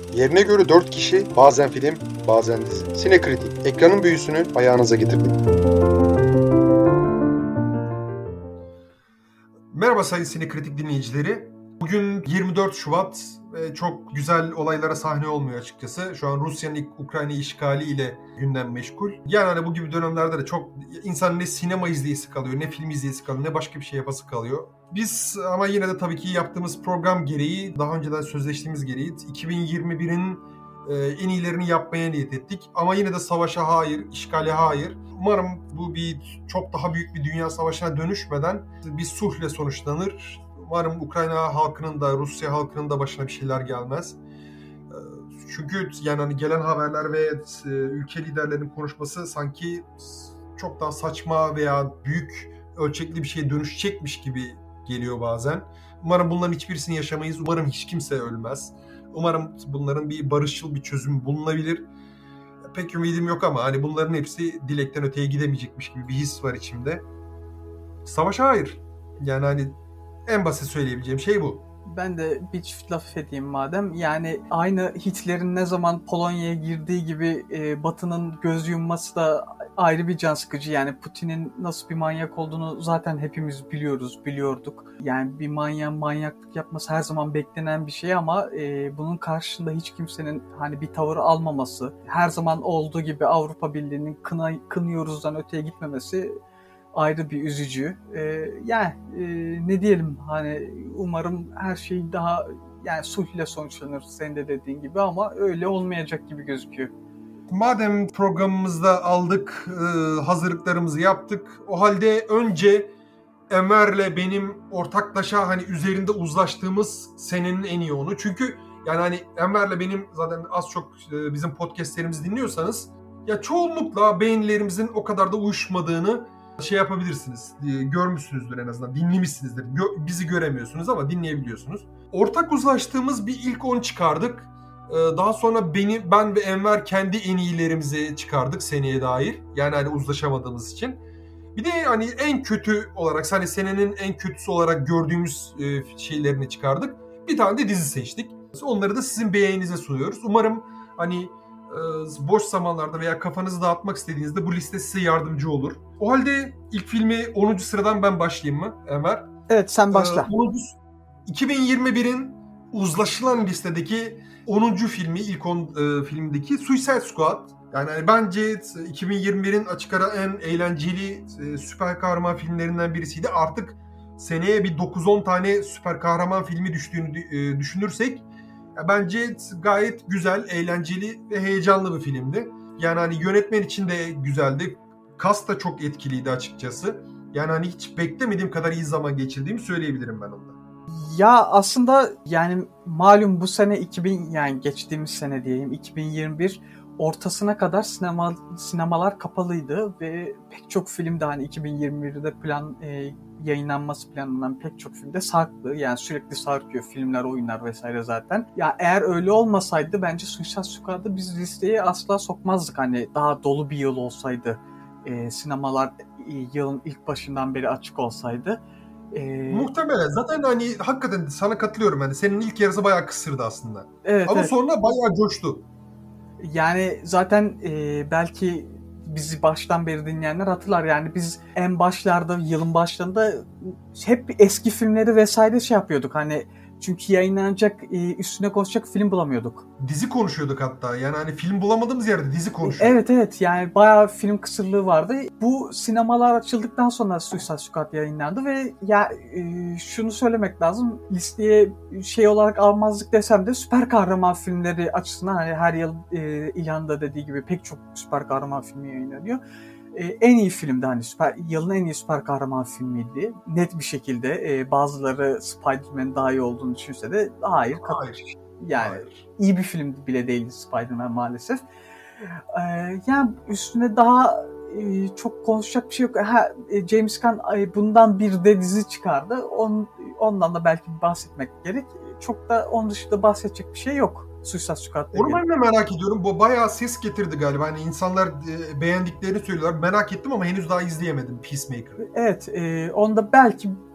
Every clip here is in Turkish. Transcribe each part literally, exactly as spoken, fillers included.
Yerine göre dört kişi, bazen film, bazen dizi. Sinekritik, ekranın büyüsünü ayağınıza getirdik. Merhaba sayın Sinekritik dinleyicileri. Bugün yirmi dört Şubat ve çok güzel olaylara sahne olmuyor açıkçası. Şu an Rusya'nın Ukrayna işgali ile gündem meşgul. Yani hani bu gibi dönemlerde de çok insan ne sinema izleyesi kalıyor, ne film izleyesi kalıyor, ne başka bir şey yapası kalıyor. Biz ama yine de tabii ki yaptığımız program gereği, daha önceden sözleştiğimiz gereği iki bin yirmi birin en iyilerini yapmaya niyet ettik. Ama yine de savaşa hayır, işgale hayır. Umarım bu bir çok daha büyük bir dünya savaşına dönüşmeden bir sulhle sonuçlanır. Umarım Ukrayna halkının da Rusya halkının da başına bir şeyler gelmez. Çünkü yani hani gelen haberler ve ülke liderlerinin konuşması sanki çok daha saçma veya büyük ölçekli bir şeye dönüşecekmiş gibi geliyor bazen. Umarım bunların hiçbirisini yaşamayız. Umarım hiç kimse ölmez. Umarım bunların bir barışçıl bir çözüm bulunabilir. Pek ümidim yok ama hani bunların hepsi dilekten öteye gidemeyecekmiş gibi bir his var içimde. Savaşa hayır. Yani hani en basit söyleyebileceğim şey bu. Ben de bir çift laf edeyim madem. Yani aynı Hitler'in ne zaman Polonya'ya girdiği gibi e, Batı'nın göz yumması da ayrı bir can sıkıcı. Yani Putin'in nasıl bir manyak olduğunu zaten hepimiz biliyoruz, biliyorduk. Yani bir manyağın manyaklık yapması her zaman beklenen bir şey ama e, bunun karşısında hiç kimsenin hani bir tavır almaması, her zaman olduğu gibi Avrupa Birliği'nin kına, kınıyoruzdan öteye gitmemesi ayrı bir üzücü. Ee, yani e, ne diyelim hani umarım her şey daha yani sulh ile sonuçlanır senin de dediğin gibi ama öyle olmayacak gibi gözüküyor. Madem programımızda aldık, e, hazırlıklarımızı yaptık. O halde önce Enver'le benim ortaklaşa hani üzerinde uzlaştığımız senenin en iyi onu. Çünkü yani hani Enver'le benim zaten az çok e, bizim podcastlerimizi dinliyorsanız ya çoğunlukla beğenilerimizin o kadar da uyuşmadığını şey yapabilirsiniz. Görmüşsünüzdür en azından. Dinlemişsinizdir. Gö- bizi göremiyorsunuz ama dinleyebiliyorsunuz. Ortak uzlaştığımız bir ilk on çıkardık. Ee, daha sonra beni, ben ve Enver kendi en iyilerimizi çıkardık seneye dair. Yani hani uzlaşamadığımız için. Bir de hani en kötü olarak, hani senenin en kötüsü olarak gördüğümüz e, şeylerini çıkardık. Bir tane de dizi seçtik. Onları da sizin beğeninize sunuyoruz. Umarım hani boş zamanlarda veya kafanızı dağıtmak istediğinizde bu liste size yardımcı olur. O halde ilk filmi onuncu sıradan ben başlayayım mı Enver? Evet sen başla. Ee, onuncu iki bin yirmi birin uzlaşılan listedeki onuncu filmi, ilk on e, filmdeki Suicide Squad. Yani hani bence iki bin yirmi birin açık ara en eğlenceli e, süper kahraman filmlerinden birisiydi. Artık seneye bir dokuz on tane süper kahraman filmi düştüğünü e, düşünürsek bence gayet güzel, eğlenceli ve heyecanlı bir filmdi. Yani hani yönetmen için de güzeldi. Cast da çok etkiliydi açıkçası. Yani hani hiç beklemediğim kadar iyi zaman geçirdiğimi söyleyebilirim ben onda. Ya aslında yani malum bu sene iki bin yani geçtiğimiz sene diyeyim iki bin yirmi bir ortasına kadar sinema sinemalar kapalıydı ve pek çok film de hani iki bin yirmi birde plan e, yayınlanması planlanan pek çok filmde sarktı. Yani sürekli sarkıyor filmler, oyunlar vesaire zaten. Ya eğer öyle olmasaydı bence Suicide Squad'ı biz listeye asla sokmazdık. Hani daha dolu bir yıl olsaydı, e, sinemalar e, yılın ilk başından beri açık olsaydı. Ee, Muhtemelen. Zaten hani hakikaten sana katılıyorum. Hani senin ilk yarısı bayağı kısırdı aslında. Evet, ama evet. Sonra bayağı coştu. Yani zaten e, belki bizi baştan beri dinleyenler hatırlar. Yani biz en başlarda, yılın başlarında hep eski filmleri vesaire şey yapıyorduk. Hani çünkü yayınlanacak, üstüne konuşacak film bulamıyorduk. Dizi konuşuyorduk hatta. Yani hani film bulamadığımız yerde dizi konuşuyorduk. Evet evet. Yani bayağı film kısırlığı vardı. Bu sinemalar açıldıktan sonra Suicide Squad yayınlandı ve ya şunu söylemek lazım. Listeye şey olarak almazdık desem de süper kahraman filmleri açısından hani her yıl e, İlhan'da dediği gibi pek çok süper kahraman filmi yayınlanıyor. Ee, en iyi filmdi hani süper, yılın en iyi süper kahraman filmiydi. Net bir şekilde e, bazıları Spider-Man daha iyi olduğunu düşünse de hayır. Hayır. Yani hayır. İyi bir film bile değildi Spider-Man maalesef. Ee, yani üstüne daha e, çok konuşacak bir şey yok. Ha, James Gunn e, bundan bir de dizi çıkardı. On, ondan da belki bahsetmek gerek. Çok da onun dışında bahsedecek bir şey yok. Suicide Squad'da. Onu ben de merak ediyorum. Bu bayağı ses getirdi galiba. Hani insanlar beğendiklerini söylüyorlar. Merak ettim ama henüz daha izleyemedim Peacemaker'ı. Evet. E, onda belki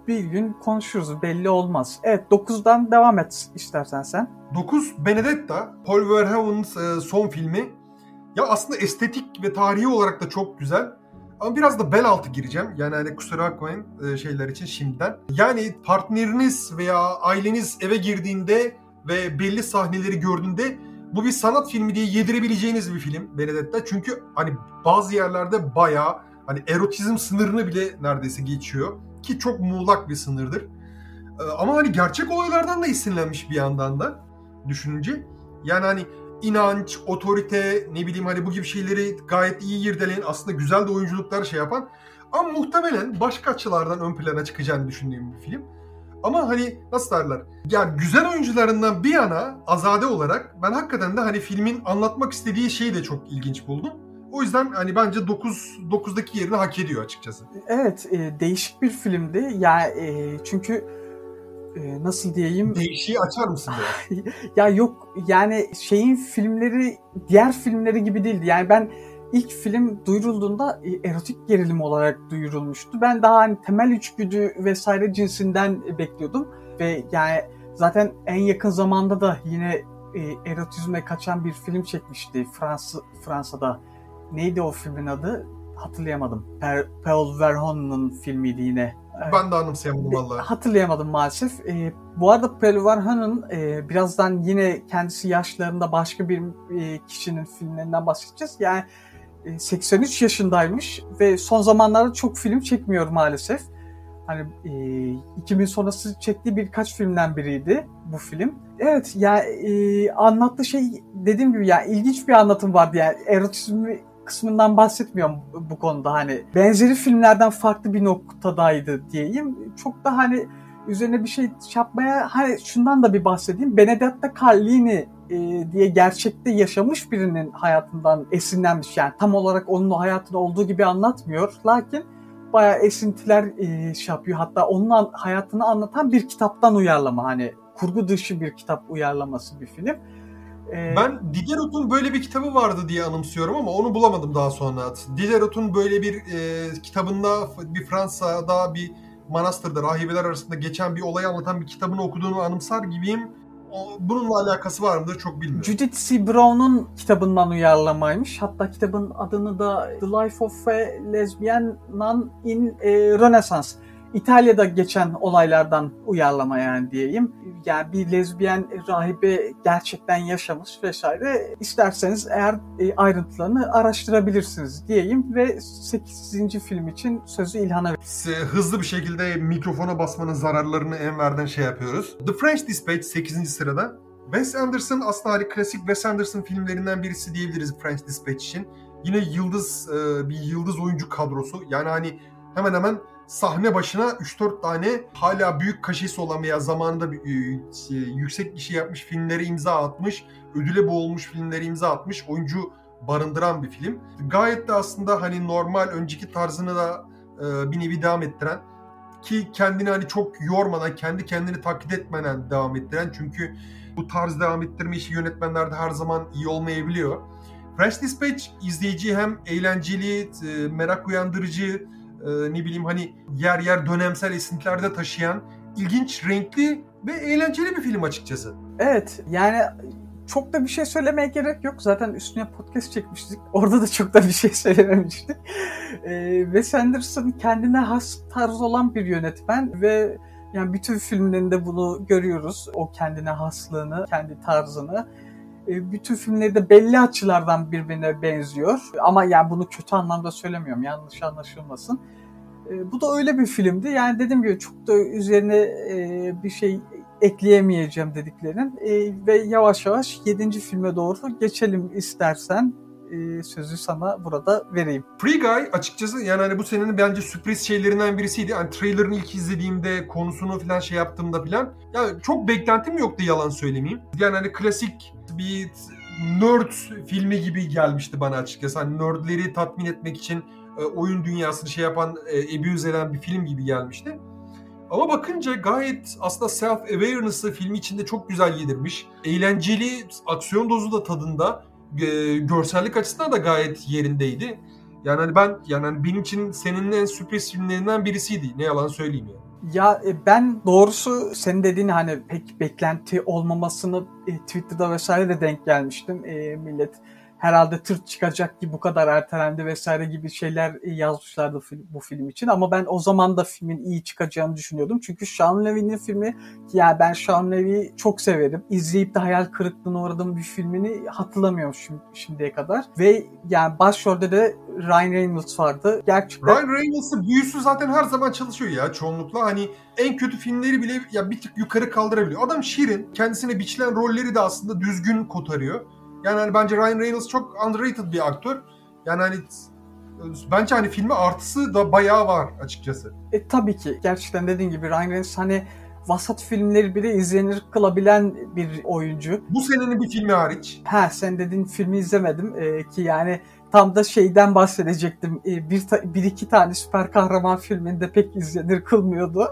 bir gün konuşuruz, belli olmaz. Evet, dokuzdan devam et istersen sen. dokuz Benedetta, Paul Verhoeven'ın e, son filmi. Ya aslında estetik ve tarihi olarak da çok güzel. Ama biraz da bel altı gireceğim. Yani hani kusura bakmayın e, şeyler için şimdiden. Yani partneriniz veya aileniz eve girdiğinde ve belli sahneleri gördüğünde bu bir sanat filmi diye yedirebileceğiniz bir film Benedetta. Çünkü hani bazı yerlerde bayağı hani erotizm sınırını bile neredeyse geçiyor. Ki çok muğlak bir sınırdır. E, ama hani gerçek olaylardan da esinlenmiş bir yandan da düşününce. Yani hani inanç, otorite, ne bileyim hani bu gibi şeyleri gayet iyi irdeleyen, aslında güzel de oyunculuklar şey yapan ama muhtemelen başka açılardan ön plana çıkacağını düşündüğüm bir film. Ama hani nasıl derler? Yani güzel oyuncularından bir yana azade olarak ben hakikaten de hani filmin anlatmak istediği şeyi de çok ilginç buldum. O yüzden hani bence dokuz dokuzdaki yerini hak ediyor açıkçası. Evet, e, değişik bir filmdi. Ya e, çünkü e, nasıl diyeyim? Değişiği açar mısın ya? Ya yok, yani şeyin filmleri diğer filmleri gibi değildi. Yani ben ilk film duyurulduğunda e, erotik gerilim olarak duyurulmuştu. Ben daha hani temel içgüdü vesaire cinsinden e, bekliyordum ve yani zaten en yakın zamanda da yine e, erotizme kaçan bir film çekmişti Fransa Fransa'da. Neydi o filmin adı? Hatırlayamadım. Per, Paul Verhoeven'ın filmiydi yine. Ben de anımsayamadım vallahi. Hatırlayamadım maalesef. E, bu arada Paul Verhoeven'ın e, birazdan yine kendisi yaşlarında başka bir e, kişinin filmlerinden bahsedeceğiz. Yani e, seksen üç yaşındaymış ve son zamanlarda çok film çekmiyor maalesef. Hani e, iki bin sonrası çektiği birkaç filmden biriydi bu film. Evet ya, e, anlattığı şey dediğim gibi ya ilginç bir anlatım vardı yani erotizmi kısmından bahsetmiyorum bu konuda, hani benzeri filmlerden farklı bir noktadaydı diyeyim. Çok da hani üzerine bir şey yapmaya, hani şundan da bir bahsedeyim. Benedetta Carlini e, diye gerçekte yaşamış birinin hayatından esinlenmiş, yani tam olarak onun o hayatını olduğu gibi anlatmıyor. Lakin bayağı esintiler e, şey yapıyor. Hatta onun an, hayatını anlatan bir kitaptan uyarlama, hani kurgu dışı bir kitap uyarlaması bir film. Ben Diderot'un böyle bir kitabı vardı diye anımsıyorum ama onu bulamadım daha sonra. Diderot'un böyle bir e, kitabında bir Fransa'da bir manastırda rahibeler arasında geçen bir olayı anlatan bir kitabını okuduğunu anımsar gibiyim. O, bununla alakası var mıdır çok bilmiyorum. Judith C. Brown'un kitabından uyarlamaymış. Hatta kitabın adını da The Life of a Lesbian Nun in e, Renaissance. İtalya'da geçen olaylardan uyarlama yani diyeyim. Yani bir lezbiyen rahibe gerçekten yaşamış vesaire. İsterseniz eğer e, ayrıntılarını araştırabilirsiniz diyeyim ve sekizinci film için sözü İlhan'a veriyorum. Hızlı bir şekilde mikrofona basmanın zararlarını Enver'den şey yapıyoruz. The French Dispatch sekizinci sırada. Wes Anderson aslında hani klasik Wes Anderson filmlerinden birisi diyebiliriz French Dispatch için. Yine yıldız bir yıldız oyuncu kadrosu. Yani hani hemen hemen sahne başına üç dört tane hala büyük kaşesi olan veya zamanında bir, e, yüksek bir şey yapmış filmlere imza atmış, ödüle boğulmuş filmlere imza atmış oyuncu barındıran bir film. Gayet de aslında hani normal önceki tarzını da e, bir nevi devam ettiren, ki kendini hani çok yormadan, kendi kendini taklit etmeden devam ettiren, çünkü bu tarz devam ettirme işi yönetmenlerde her zaman iyi olmayabiliyor. French Dispatch izleyiciyi hem eğlenceli, e, merak uyandırıcı, Ee, ne bileyim hani yer yer dönemsel esintilerde taşıyan ilginç, renkli ve eğlenceli bir film açıkçası. Evet, yani çok da bir şey söylemeye gerek yok. Zaten üstüne podcast çekmiştik. Orada da çok da bir şey söylememiştik. Ee, Wes Anderson kendine has tarz olan bir yönetmen ve yani bütün filmlerinde bunu görüyoruz. O kendine haslığını, kendi tarzını. Ee, bütün filmleri de belli açılardan birbirine benziyor. Ama yani bunu kötü anlamda söylemiyorum. Yanlış anlaşılmasın. Ee, bu da öyle bir filmdi. Yani dediğim gibi çok da üzerine e, bir şey ekleyemeyeceğim dediklerin. E, ve yavaş yavaş yedinci filme doğru geçelim istersen. E, sözü sana burada vereyim. Free Guy açıkçası yani hani bu senenin bence sürpriz şeylerinden birisiydi. Hani trailer'ını ilk izlediğimde, konusunu falan şey yaptığımda falan ya çok beklentim yoktu, yalan söylemeyeyim. Yani hani klasik bir nerd filmi gibi gelmişti bana açıkçası. Hani nerdleri tatmin etmek için e, oyun dünyasını şey yapan, e, abuse eden bir film gibi gelmişti. Ama bakınca gayet aslında self-awareness'ı filmi içinde çok güzel yedirmiş. Eğlenceli, aksiyon dozu da tadında, e, görsellik açısından da gayet yerindeydi. Yani hani ben, yani hani benim için senin en sürpriz filmlerinden birisiydi. Ne yalan söyleyeyim yani. Ya e, ben doğrusu senin dediğin hani pek beklenti olmamasını e, Twitter'da vesaire de denk gelmiştim. E, millet herhalde tırt çıkacak ki bu kadar ertelendi vesaire gibi şeyler e, yazmışlardı fil- bu film için. Ama ben o zaman da filmin iyi çıkacağını düşünüyordum. Çünkü Sean Levy'nin filmi, ki yani ben Sean Levy'yi çok severim. İzleyip de hayal kırıklığına uğradığım bir filmini hatırlamıyorum şimdi, şimdiye kadar. Ve yani başrolde de Ryan Reynolds vardı. Gerçekten Ryan Reynolds'ın büyüsü zaten her zaman çalışıyor ya çoğunlukla. Hani en kötü filmleri bile ya bir tık yukarı kaldırabiliyor. Adam şirin, kendisine biçilen rolleri de aslında düzgün kotarıyor. Yani hani bence Ryan Reynolds çok underrated bir aktör. Yani hani bence hani filme artısı da bayağı var açıkçası. E, tabii ki. Gerçekten dediğin gibi Ryan Reynolds hani vasat filmleri bile izlenir kılabilen bir oyuncu. Bu senenin bir filmi hariç. Ha, sen dediğin filmi izlemedim e, ki yani tam da şeyden bahsedecektim. E, bir, ta- bir iki tane süper kahraman filminde pek izlenir kılmıyordu.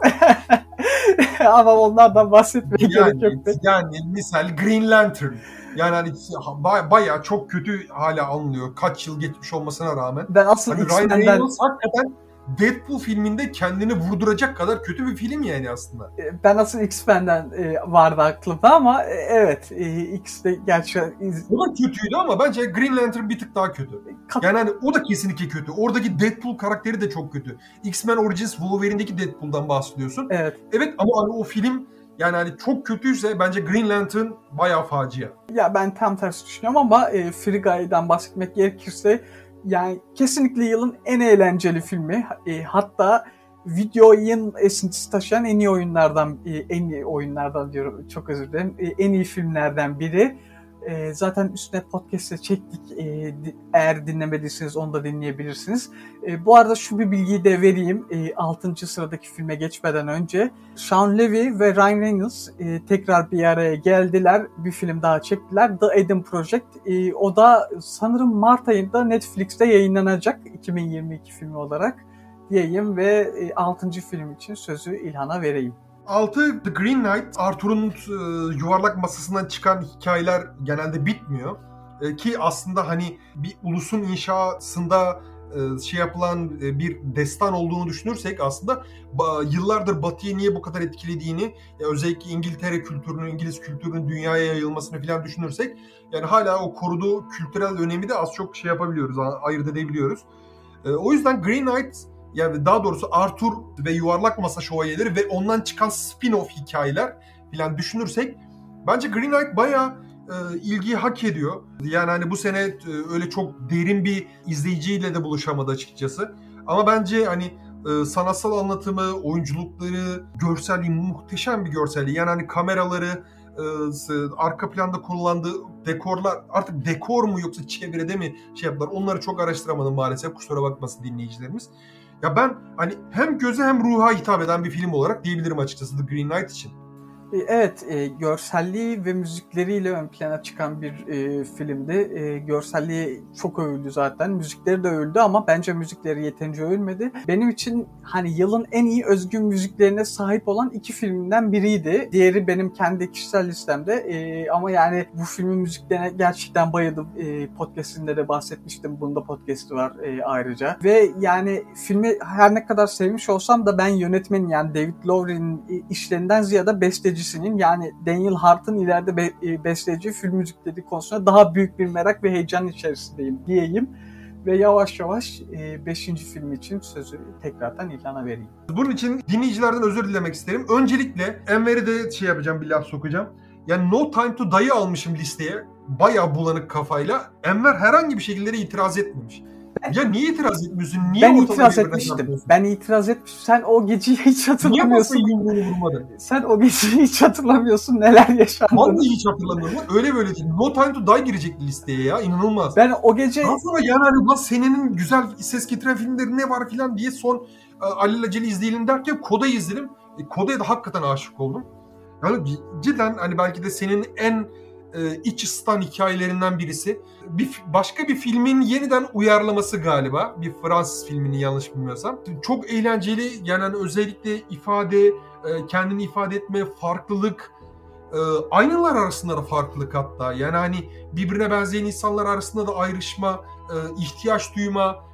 Ama onlardan bahsetmeye Yani, gerek yok. yani misal Green Lantern. Yani hani ba- bayağı çok kötü hala alınıyor. Kaç yıl geçmiş olmasına rağmen. Ben asıl Hani Ryan X-Men'den... Reynolds hakikaten Deadpool filminde kendini vurduracak kadar kötü bir film yani aslında. Ben asıl X-Men'den e, vardı aklımda ama e, evet e, X'de gerçekten... Iz... O da kötüydü ama bence Green Lantern bir tık daha kötü. Kat... Yani hani o da kesinlikle kötü. Oradaki Deadpool karakteri de çok kötü. X-Men Origins Wolverine'deki Deadpool'dan bahsediyorsun. Evet. Evet ama hani o film yani hani çok kötüyse bence Green Lantern bayağı facia. Ya ben tam tersi düşünüyorum ama e, Free Guy'dan bahsetmek gerekirse yani kesinlikle yılın en eğlenceli filmi. E, hatta video oyun esintisi taşıyan en iyi oyunlardan, e, en iyi oyunlardan diyorum, çok özür dilerim. E, en iyi filmlerden biri. E, zaten üstüne podcast'te çektik. E, eğer dinlemediyseniz onu da dinleyebilirsiniz. E, bu arada şu bir bilgiyi de vereyim. E, altıncı sıradaki filme geçmeden önce. Sean Levy ve Ryan Reynolds e, tekrar bir araya geldiler. Bir film daha çektiler. The Eden Project. E, o da sanırım Mart ayında Netflix'te yayınlanacak. iki bin yirmi iki filmi olarak diyeyim ve e, altıncı film için sözü İlhan'a vereyim. altı The Green Knight, Arthur'un e, yuvarlak masasından çıkan hikayeler genelde bitmiyor. E, ki aslında hani bir ulusun inşasında e, şey yapılan e, bir destan olduğunu düşünürsek aslında ba, yıllardır Batı'yı niye bu kadar etkilediğini, ya özellikle İngiltere kültürünün, İngiliz kültürünün dünyaya yayılmasını falan düşünürsek yani hala o koruduğu kültürel önemi de az çok şey yapabiliyoruz, ayırt edebiliyoruz. E, o yüzden Green Knight, yani daha doğrusu Arthur ve Yuvarlak Masa Şövalyeleri ve ondan çıkan spin-off hikayeler falan düşünürsek bence Green Knight bayağı e, ilgiyi hak ediyor. Yani hani bu sene e, öyle çok derin bir izleyiciyle de buluşamadı açıkçası. Ama bence hani e, sanatsal anlatımı, oyunculukları, görselliği, muhteşem bir görselliği. Yani hani kameraları, e, arka planda kullandığı dekorlar, artık dekor mu yoksa çevrede mi şey yaptılar, onları çok araştıramadım maalesef, kusura bakmasın dinleyicilerimiz. Ya ben hani hem göze hem ruha hitap eden bir film olarak diyebilirim açıkçası The Green Knight için. Evet, e, görselliği ve müzikleriyle ön plana çıkan bir e, filmdi. E, görselliği çok övüldü zaten. Müzikleri de övüldü ama bence müzikleri yeterince övülmedi. Benim için hani yılın en iyi özgün müziklerine sahip olan iki filmden biriydi. Diğeri benim kendi kişisel listemde. E, ama yani bu filmin müziklerine gerçekten bayıldım. E, podcast'inde de bahsetmiştim. Bunda podcast'i var e, ayrıca. Ve yani filmi her ne kadar sevmiş olsam da ben yönetmenin, yani David Lowery'nin işlerinden ziyade besteci, yani Daniel Hart'ın ileride be- besteci film müzikleri konusunda daha büyük bir merak ve heyecan içerisindeyim diyeyim. Ve yavaş yavaş beşinci film için sözü tekrardan İlhan'a vereyim. Bunun için dinleyicilerden özür dilemek isterim. Öncelikle Enver'e de şey yapacağım, bir laf sokacağım. Yani No Time to Die'yi almışım listeye. Bayağı bulanık kafayla. Enver herhangi bir şekilde itiraz etmemiş. Ya niye itiraz etmiyorsun? Niye ben itiraz etmiştim. Ben itiraz etmiştim. Sen o geceyi hiç hatırlamıyorsun. Niye masayı yumruğunu vurmadın? Sen o geceyi hiç hatırlamıyorsun. Neler yaşandığını. Vallahi hiç hatırlamıyorum. Öyle böyle değil. No Time to Die girecekti listeye ya. İnanılmaz. Ben o gece... Daha sonra yani hani lan senenin güzel ses getiren filmleri ne var filan diye son e, alelacele izleyelim derken Koda'yı izledim. E, Koda'ya da hakikaten aşık oldum. Yani cidden hani belki de senin en e, iç ısıtan hikayelerinden birisi. Bir başka bir filmin yeniden uyarlaması galiba. Bir Fransız filmini yanlış bilmiyorsam. Çok eğlenceli. Yani hani özellikle ifade, e, kendini ifade etme, farklılık, e, aynalar arasında da farklılık hatta. Yani hani birbirine benzeyen insanlar arasında da ayrışma, e, ihtiyaç duyma,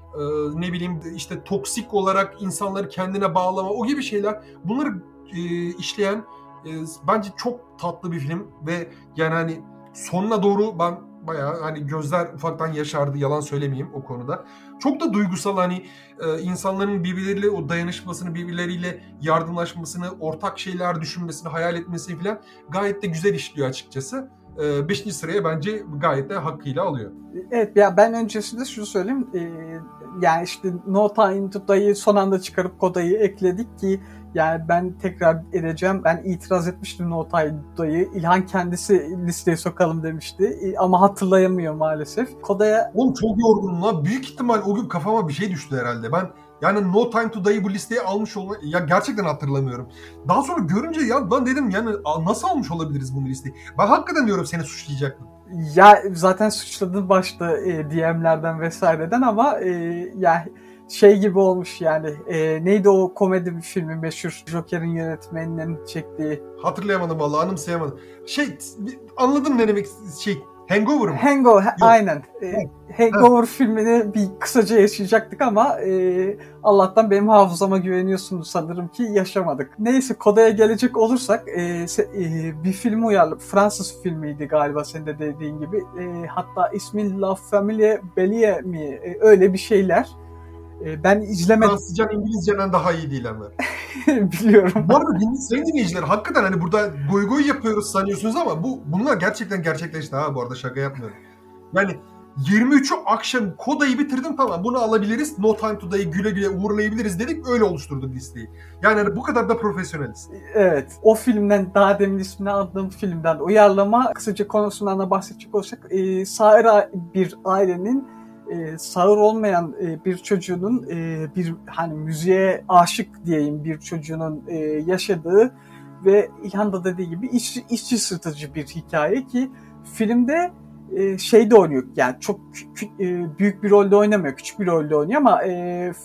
e, ne bileyim işte toksik olarak insanları kendine bağlama, o gibi şeyler, bunları e, işleyen e, bence çok tatlı bir film ve yani hani sonuna doğru ben bayağı hani gözler ufaktan yaşardı, yalan söylemeyeyim o konuda. Çok da duygusal, hani e, insanların birbirleriyle o dayanışmasını, birbirleriyle yardımlaşmasını, ortak şeyler düşünmesini, hayal etmesini falan gayet de güzel işliyor açıkçası. E, beşinci sıraya bence gayet de hakkıyla alıyor. Evet ya, ben öncesinde şunu söyleyeyim. Ee, yani işte No Time to Die'yi son anda çıkarıp Koda'yı ekledik ki yani ben tekrar edeceğim. Ben itiraz etmiştim No Time to Die'yi. İlhan kendisi listeye sokalım demişti. Ama hatırlayamıyor maalesef. Koda'ya... Oğlum çok yorgunum lan. Büyük ihtimal o gün kafama bir şey düştü herhalde. Ben yani No Time to Die'yi bu listeye almış olma, ya gerçekten hatırlamıyorum. Daha sonra görünce ya lan dedim yani nasıl almış olabiliriz bunu listeye? Ben hakikaten diyorum seni suçlayacaktım. Ya zaten suçladın başta e, D M'lerden vesaireden ama e, yani şey gibi olmuş yani. E, neydi o komedi bir filmi meşhur Joker'in yönetmeninin çektiği? Hatırlayamadım vallahi, anımsayamadım. Şey anladım ne demek, şey Hangover mı? Hangover, ha, aynen. E, Hangover filmini bir kısaca yaşayacaktık ama e, Allah'tan benim hafızama güveniyorsunuz sanırım ki yaşamadık. Neyse, Koda'ya gelecek olursak e, se, e, bir film uyarlı. Fransız filmiydi galiba senin de dediğin gibi. E, hatta ismi La Famille Bellier mi? E, öyle bir şeyler. E, ben izlemedim. Fransızcan İngilizceden daha iyi değil ama. Biliyorum. Bu arada sayın dinleyiciler, hakikaten hani burada goy goy yapıyoruz sanıyorsunuz ama bu bunlar gerçekten gerçekleşti ha, bu arada şaka yapmıyorum. Yani yirmi üçü akşam Koda'yı bitirdim, tamam bunu alabiliriz. No Time to Die'yi güle güle uğurlayabiliriz dedik, öyle oluşturduk listeyi. Yani hani bu kadar da profesyoneliz. Evet. O filmden, daha demin ismini aldığım filmden uyarlama, kısaca konusundan da bahsedecek olsak e, sağır bir ailenin e, sağır olmayan e, bir çocuğunun e, bir hani müziğe aşık diyeyim bir çocuğunun e, yaşadığı ve İlhan da dediği gibi iç, içi sıkıcı bir hikaye ki filmde e, şey de oynuyor yani çok kü- e, büyük bir rolde oynamıyor, küçük bir rolde oynuyor ama e,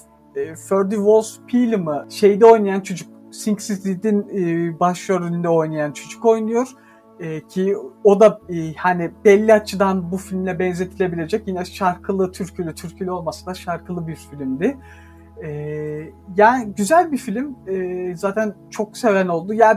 e, Ferdy Wolfspeil mi şeyde oynayan çocuk, Sing Street'in e, başrolünde oynayan çocuk oynuyor. Ee, ki o da e, hani belli açıdan bu filmle benzetilebilecek, yine şarkılı türkülü türkülü olmasa da şarkılı bir filmdi. Ee, yani güzel bir film. Ee, zaten çok seven oldu. Yani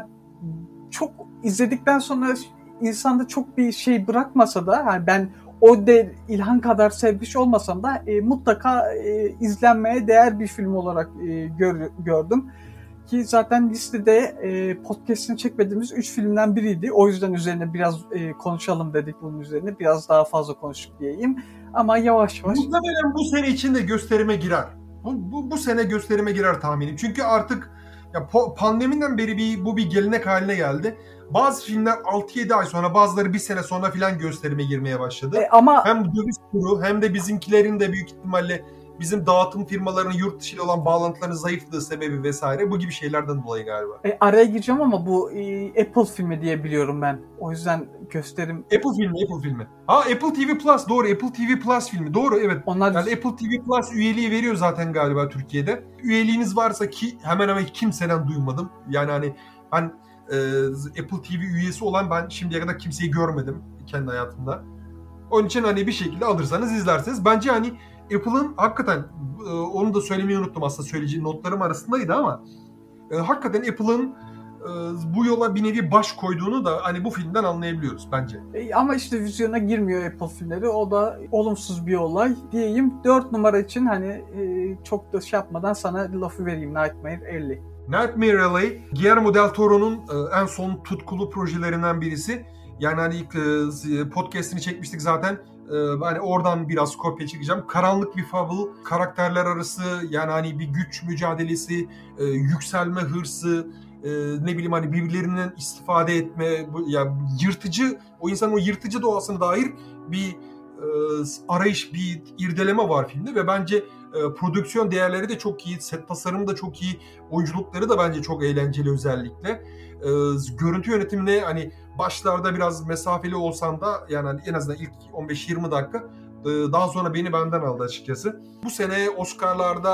çok izledikten sonra insanda çok bir şey bırakmasa da yani ben o de İlhan kadar sevmiş olmasam da e, mutlaka e, izlenmeye değer bir film olarak e, gör, gördüm. Ki zaten listede e, podcast'ini çekmediğimiz üç filmden biriydi. O yüzden üzerine biraz e, konuşalım dedik bunun üzerine. Biraz daha fazla konuştuk diyeyim. Ama yavaş yavaş... Muhtemelen bu sene içinde gösterime girer. Bu, bu, bu sene gösterime girer tahminim. Çünkü artık ya po- pandemiden beri bir, bu bir gelenek haline geldi. Bazı filmler altı yedi ay sonra, bazıları bir sene sonra filan gösterime girmeye başladı. E, ama... Hem döviz kuru hem de bizimkilerin de büyük ihtimalle bizim dağıtım firmalarının yurt dışı ile olan bağlantılarının zayıflığı sebebi vesaire, bu gibi şeylerden dolayı galiba. E, araya gireceğim ama bu e, Apple filmi diye biliyorum ben. O yüzden gösterim... Apple filmi, Apple filmi. Ha, Apple T V Plus, doğru, Apple T V Plus filmi, doğru, evet. Onlar... Yani Apple T V Plus üyeliği veriyor zaten galiba Türkiye'de. Üyeliğiniz varsa, ki hemen hemen kimseden duymadım. Yani hani ben e, Apple T V üyesi olan ben şimdiye kadar kimseyi görmedim kendi hayatımda. Onun için hani bir şekilde alırsanız izlersiniz. Bence hani Apple'ın hakikaten, onu da söylemeyi unuttum aslında, söyleyeceğim notlarım arasındaydı ama e, hakikaten Apple'ın e, bu yola bir nevi baş koyduğunu da hani bu filmden anlayabiliyoruz bence. E, ama işte vizyona girmiyor Apple filmleri. O da olumsuz bir olay diyeyim. Dört numara için hani e, çok da şey yapmadan sana lafı vereyim. Nightmare Alley. Nightmare Alley, Guillermo del Toro'nun e, en son tutkulu projelerinden birisi. Yani hani e, podcast'ini çekmiştik zaten. Hani oradan biraz kopya çekeceğim. Karanlık bir fable, karakterler arası yani hani bir güç mücadelesi, e, yükselme hırsı, e, ne bileyim hani birbirlerinden istifade etme, bu, ya yırtıcı, o insanın o yırtıcı doğasına dair bir e, arayış, bir irdeleme var filmde ve bence e, prodüksiyon değerleri de çok iyi, set tasarımı da çok iyi, oyunculukları da bence çok eğlenceli özellikle. E, görüntü yönetimine hani başlarda biraz mesafeli olsan da yani en azından ilk on beş yirmi dakika daha sonra beni benden aldı açıkçası. Bu sene Oscar'larda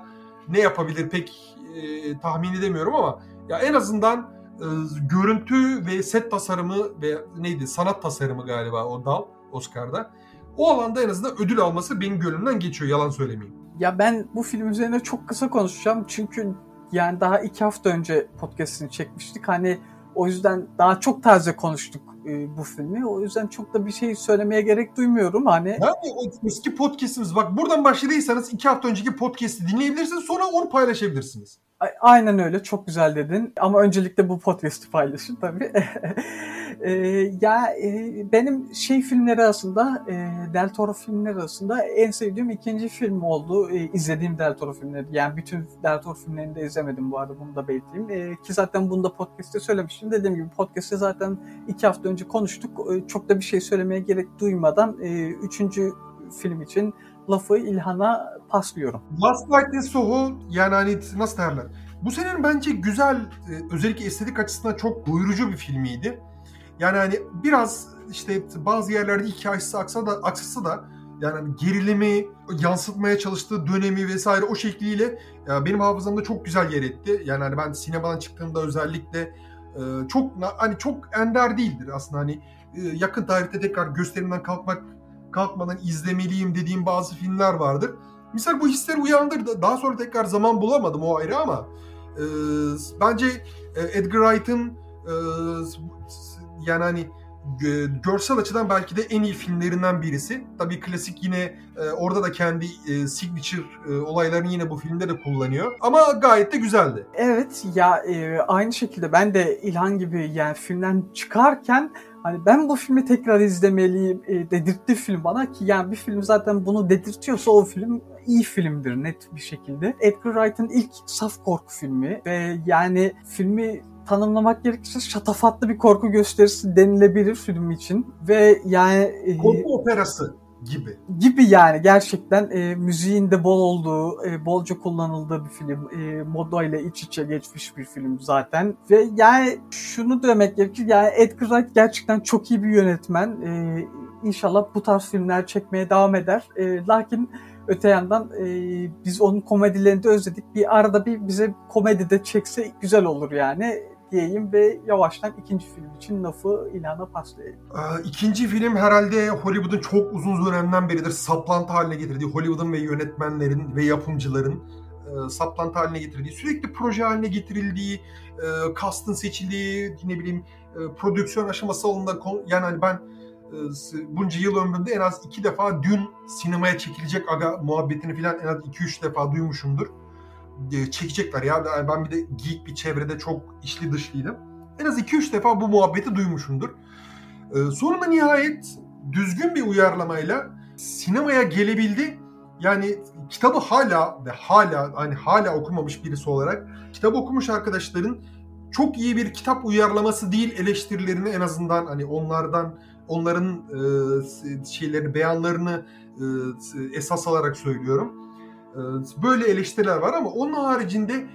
ne yapabilir pek e, tahmin edemiyorum ama ya en azından e, görüntü ve set tasarımı ve neydi sanat tasarımı galiba o dal Oscar'da. o alanda en azından ödül alması benim gönlümden geçiyor, yalan söylemeyeyim. Ya ben bu film üzerine çok kısa konuşacağım çünkü yani daha iki hafta önce podcast'ini çekmiştik. Hani o yüzden daha çok taze konuştuk e, bu filmi. O yüzden çok da bir şey söylemeye gerek duymuyorum. Hani yani o eski podcast'imiz, bak buradan başladıysanız iki hafta önceki podcast'i dinleyebilirsiniz, sonra onu paylaşabilirsiniz. Aynen öyle, çok güzel dedin ama öncelikle bu podcast'i paylaşın tabii. e, ya e, benim şey filmleri arasında e, Del Toro filmleri arasında en sevdiğim ikinci film oldu. E, izlediğim Del Toro filmleri, yani bütün Del Toro filmlerini de izlemedim bu arada, bunu da belirteyim. E, ki zaten bunu da podcast'te söylemiştim. Dediğim gibi podcast'te zaten iki hafta önce konuştuk. E, çok da bir şey söylemeye gerek duymadan e, üçüncü film için lafı İlhan'a paslıyorum. Last Night in Soho, yani hani nasıl derler? Bu senenin bence güzel, özellikle estetik açısından çok doyurucu bir filmiydi. Yani hani biraz işte bazı yerlerde hikayesi aksa da, aksasa da yani hani gerilimi yansıtmaya çalıştığı dönemi vesaire o şekliyle ya benim hafızamda çok güzel yer etti. Yani hani ben sinemadan çıktığımda özellikle çok hani çok ender değildir aslında, hani yakın tarihte tekrar gösterimden kalkmak kalkmadan izlemeliyim dediğim bazı filmler vardır. Misal bu hisleri uyandırdı. Daha sonra tekrar zaman bulamadım, o ayrı, ama e, bence Edgar Wright'ın e, yani hani görsel açıdan belki de en iyi filmlerinden birisi. Tabii klasik yine e, orada da kendi e, signature e, olaylarını yine bu filmde de kullanıyor. Ama gayet de güzeldi. Evet ya, e, aynı şekilde ben de İlhan gibi yani filmden çıkarken hani ben bu filmi tekrar izlemeliyim e, dedirtti film bana, ki yani bir film zaten bunu dedirtiyorsa o film iyi filmdir net bir şekilde. Edgar Wright'ın ilk saf korku filmi ve yani filmi tanımlamak gerekirse şatafatlı bir korku gösterisi denilebilir film için ve yani e, korku operası gibi. Gibi yani gerçekten e, müziğin de bol olduğu, e, bolca kullanıldığı bir film. E, moda ile iç içe geçmiş bir film zaten. Ve yani şunu demek gerekir, yani Edgar Wright gerçekten çok iyi bir yönetmen. E, İnşallah bu tarz filmler çekmeye devam eder. E, lakin öte yandan e, biz onun komedilerini de özledik. Bir arada bir bize komedi de çekse güzel olur yani diyeyim ve yavaştan ikinci film için lafı İlhan'a paslayayım. Ee, ikinci film herhalde Hollywood'un çok uzun dönemden beridir saplantı haline getirdiği, Hollywood'un ve yönetmenlerin ve yapımcıların e, saplantı haline getirdiği, sürekli proje haline getirildiği, e, cast'ın seçildiği, ne bileyim e, prodüksiyon aşaması alanında, yani hani ben e, bunca yıl ömrümde en az iki defa dün sinemaya çekilecek aga muhabbetini falan en az iki üç defa duymuşumdur. Çekecekler ya. Ben bir de geek bir çevrede çok içli dışlıydım. En az iki üç defa bu muhabbeti duymuşumdur. Ee, sonunda nihayet düzgün bir uyarlamayla sinemaya gelebildi. Yani kitabı hala ve hala hani hala okumamış birisi olarak kitabı okumuş arkadaşların çok iyi bir kitap uyarlaması değil eleştirilerini, en azından hani onlardan onların e, şeylerini, beyanlarını e, esas alarak söylüyorum. Böyle eleştiriler var ama onun haricinde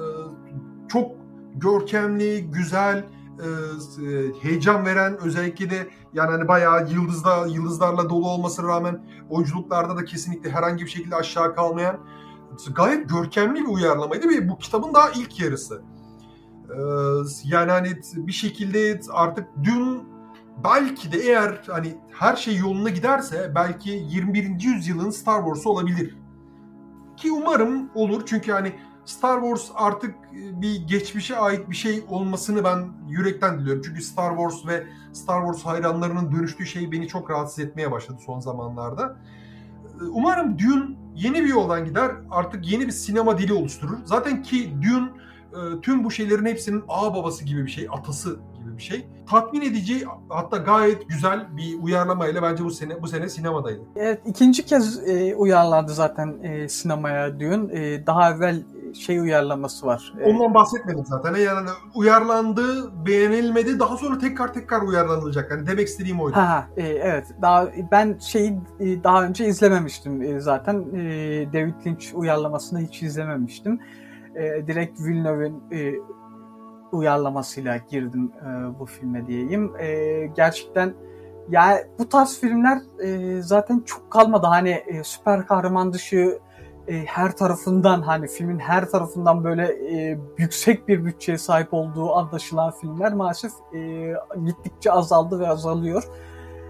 çok görkemli, güzel, heyecan veren, özellikle de yani hani bayağı yıldızlar, yıldızlarla dolu olmasına rağmen oyunculuklarda da kesinlikle herhangi bir şekilde aşağı kalmayan gayet görkemli bir uyarlamaydı ve bu kitabın daha ilk yarısı. Yani hani bir şekilde artık dün belki de eğer hani her şey yoluna giderse belki yirmi birinci yüzyılın Star Wars'u olabilir. Ki umarım olur, çünkü hani Star Wars artık bir geçmişe ait bir şey olmasını ben yürekten diliyorum. Çünkü Star Wars ve Star Wars hayranlarının dönüştüğü şey beni çok rahatsız etmeye başladı son zamanlarda. Umarım Dune yeni bir yoldan gider, artık yeni bir sinema dili oluşturur. Zaten ki Dune tüm bu şeylerin hepsinin ağ babası gibi bir şey, atası gibi bir şey. Tatmin edici, hatta gayet güzel bir uyarlamayla bence bu sene bu sene sinemadaydı. Evet, ikinci kez e, uyarlandı zaten e, sinemaya Dune. E, daha evvel şey uyarlaması var. E, Ondan bahsetmedim zaten. Yani uyarlandı, beğenilmedi, daha sonra tekrar tekrar uyarlanılacak. Yani demek istediğim oydu. Ha, e, evet. Daha ben şeyi e, daha önce izlememiştim e, zaten. E, David Lynch uyarlamasını hiç izlememiştim. E, direkt Villeneuve'in e, uyarlamasıyla girdim e, bu filme diyeyim. E, gerçekten yani bu tarz filmler e, zaten çok kalmadı. Hani e, süper kahraman dışı e, her tarafından, hani filmin her tarafından böyle e, yüksek bir bütçeye sahip olduğu anlaşılan filmler maalesef e, gittikçe azaldı ve azalıyor.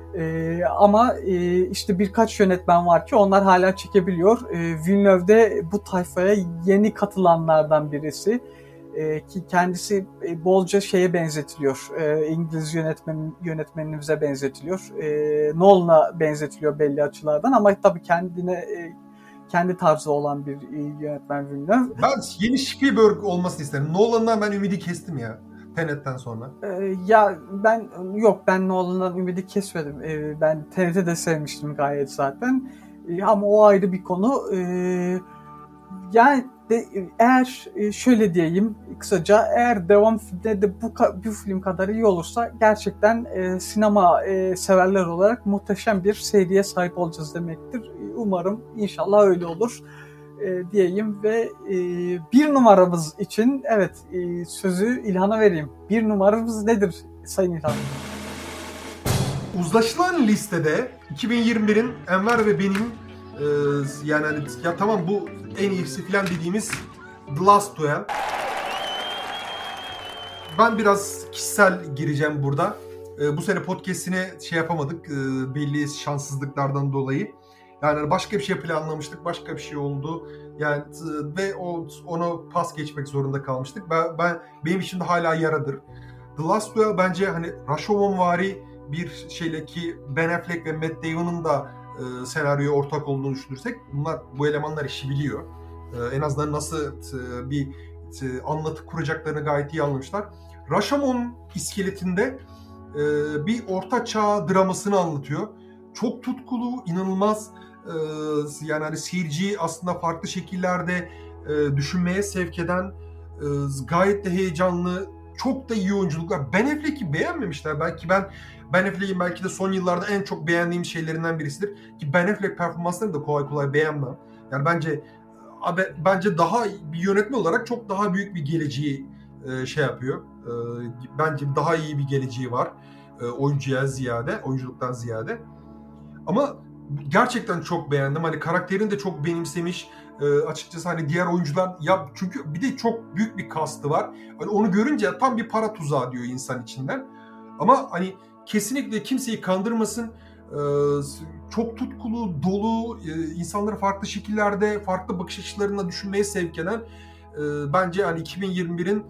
E, ama e, işte birkaç yönetmen var ki onlar hala çekebiliyor. E, Villeneuve de bu tayfaya yeni katılanlardan birisi. E, ki kendisi e, bolca şeye benzetiliyor. E, İngiliz yönetmen yönetmenimize benzetiliyor. E, Nolan'a benzetiliyor belli açılardan ama tabii kendine e, kendi tarzı olan bir e, yönetmen Villeneuve. Ben yeni Spielberg olmasını isterim. Nolan'dan ben ümidi kestim ya. Tenet'ten sonra. E, ya ben yok ben Nolan'dan ümidi kesmedim. E, ben Tenet'i de sevmiştim gayet zaten. E, ama o ayrı bir konu. E, yani de, eğer şöyle diyeyim kısaca eğer devam filmde de bu, bu film kadar iyi olursa gerçekten e, sinema e, severler olarak muhteşem bir seriye sahip olacağız demektir. Umarım inşallah öyle olur e, diyeyim ve e, bir numaramız için evet e, sözü İlhan'a vereyim. Bir numaramız nedir Sayın İlhan? Uzlaşılan listede iki bin yirmi birin Enver ve benim e, yani hani, ya tamam bu en iyisi filan dediğimiz The Last Duel. Ben biraz kişisel gireceğim burada. E, bu sene podcast'ini şey yapamadık e, belli şanssızlıklardan dolayı. Yani başka bir şey planlamıştık, başka bir şey oldu. Yani ve o onu pas geçmek zorunda kalmıştık. Ben, ben benim için de hala yaradır. The Last Duel bence hani Rashomon-vari bir şeyle ki Ben Affleck ve Matt Damon'ın da e, senaryoya ortak olduğunu düşünürsek bunlar bu elemanlar işi biliyor. E, en azından nasıl e, bir e, anlatı kuracaklarını gayet iyi anlamışlar. Rashomon iskeletinde e, bir orta çağ dramasını anlatıyor. Çok tutkulu, inanılmaz e, yani hani seyirciyi aslında farklı şekillerde e, düşünmeye sevk eden e, gayet de heyecanlı, çok da iyi oyunculuklar. Ben Affleck'i beğenmemişler. Belki ben Ben Affleck'in belki de son yıllarda en çok beğendiğim şeylerinden birisidir. Ki Ben Affleck performanslarını da kolay kolay beğenmem. Yani bence abi, bence daha bir yönetmen olarak çok daha büyük bir geleceği e, şey yapıyor. E, bence daha iyi bir geleceği var. E, oyuncuya ziyade, oyunculuktan ziyade. Ama gerçekten çok beğendim. Hani karakterini de çok benimsemiş. E, açıkçası hani diğer oyuncular ya çünkü bir de çok büyük bir kastı var. Hani onu görünce tam bir para tuzağı diyor insan içinden. Ama hani kesinlikle kimseyi kandırmasın. Ee, çok tutkulu, dolu, e, insanları farklı şekillerde, farklı bakış açılarına düşünmeye sevk eden e, bence hani iki bin yirmi birin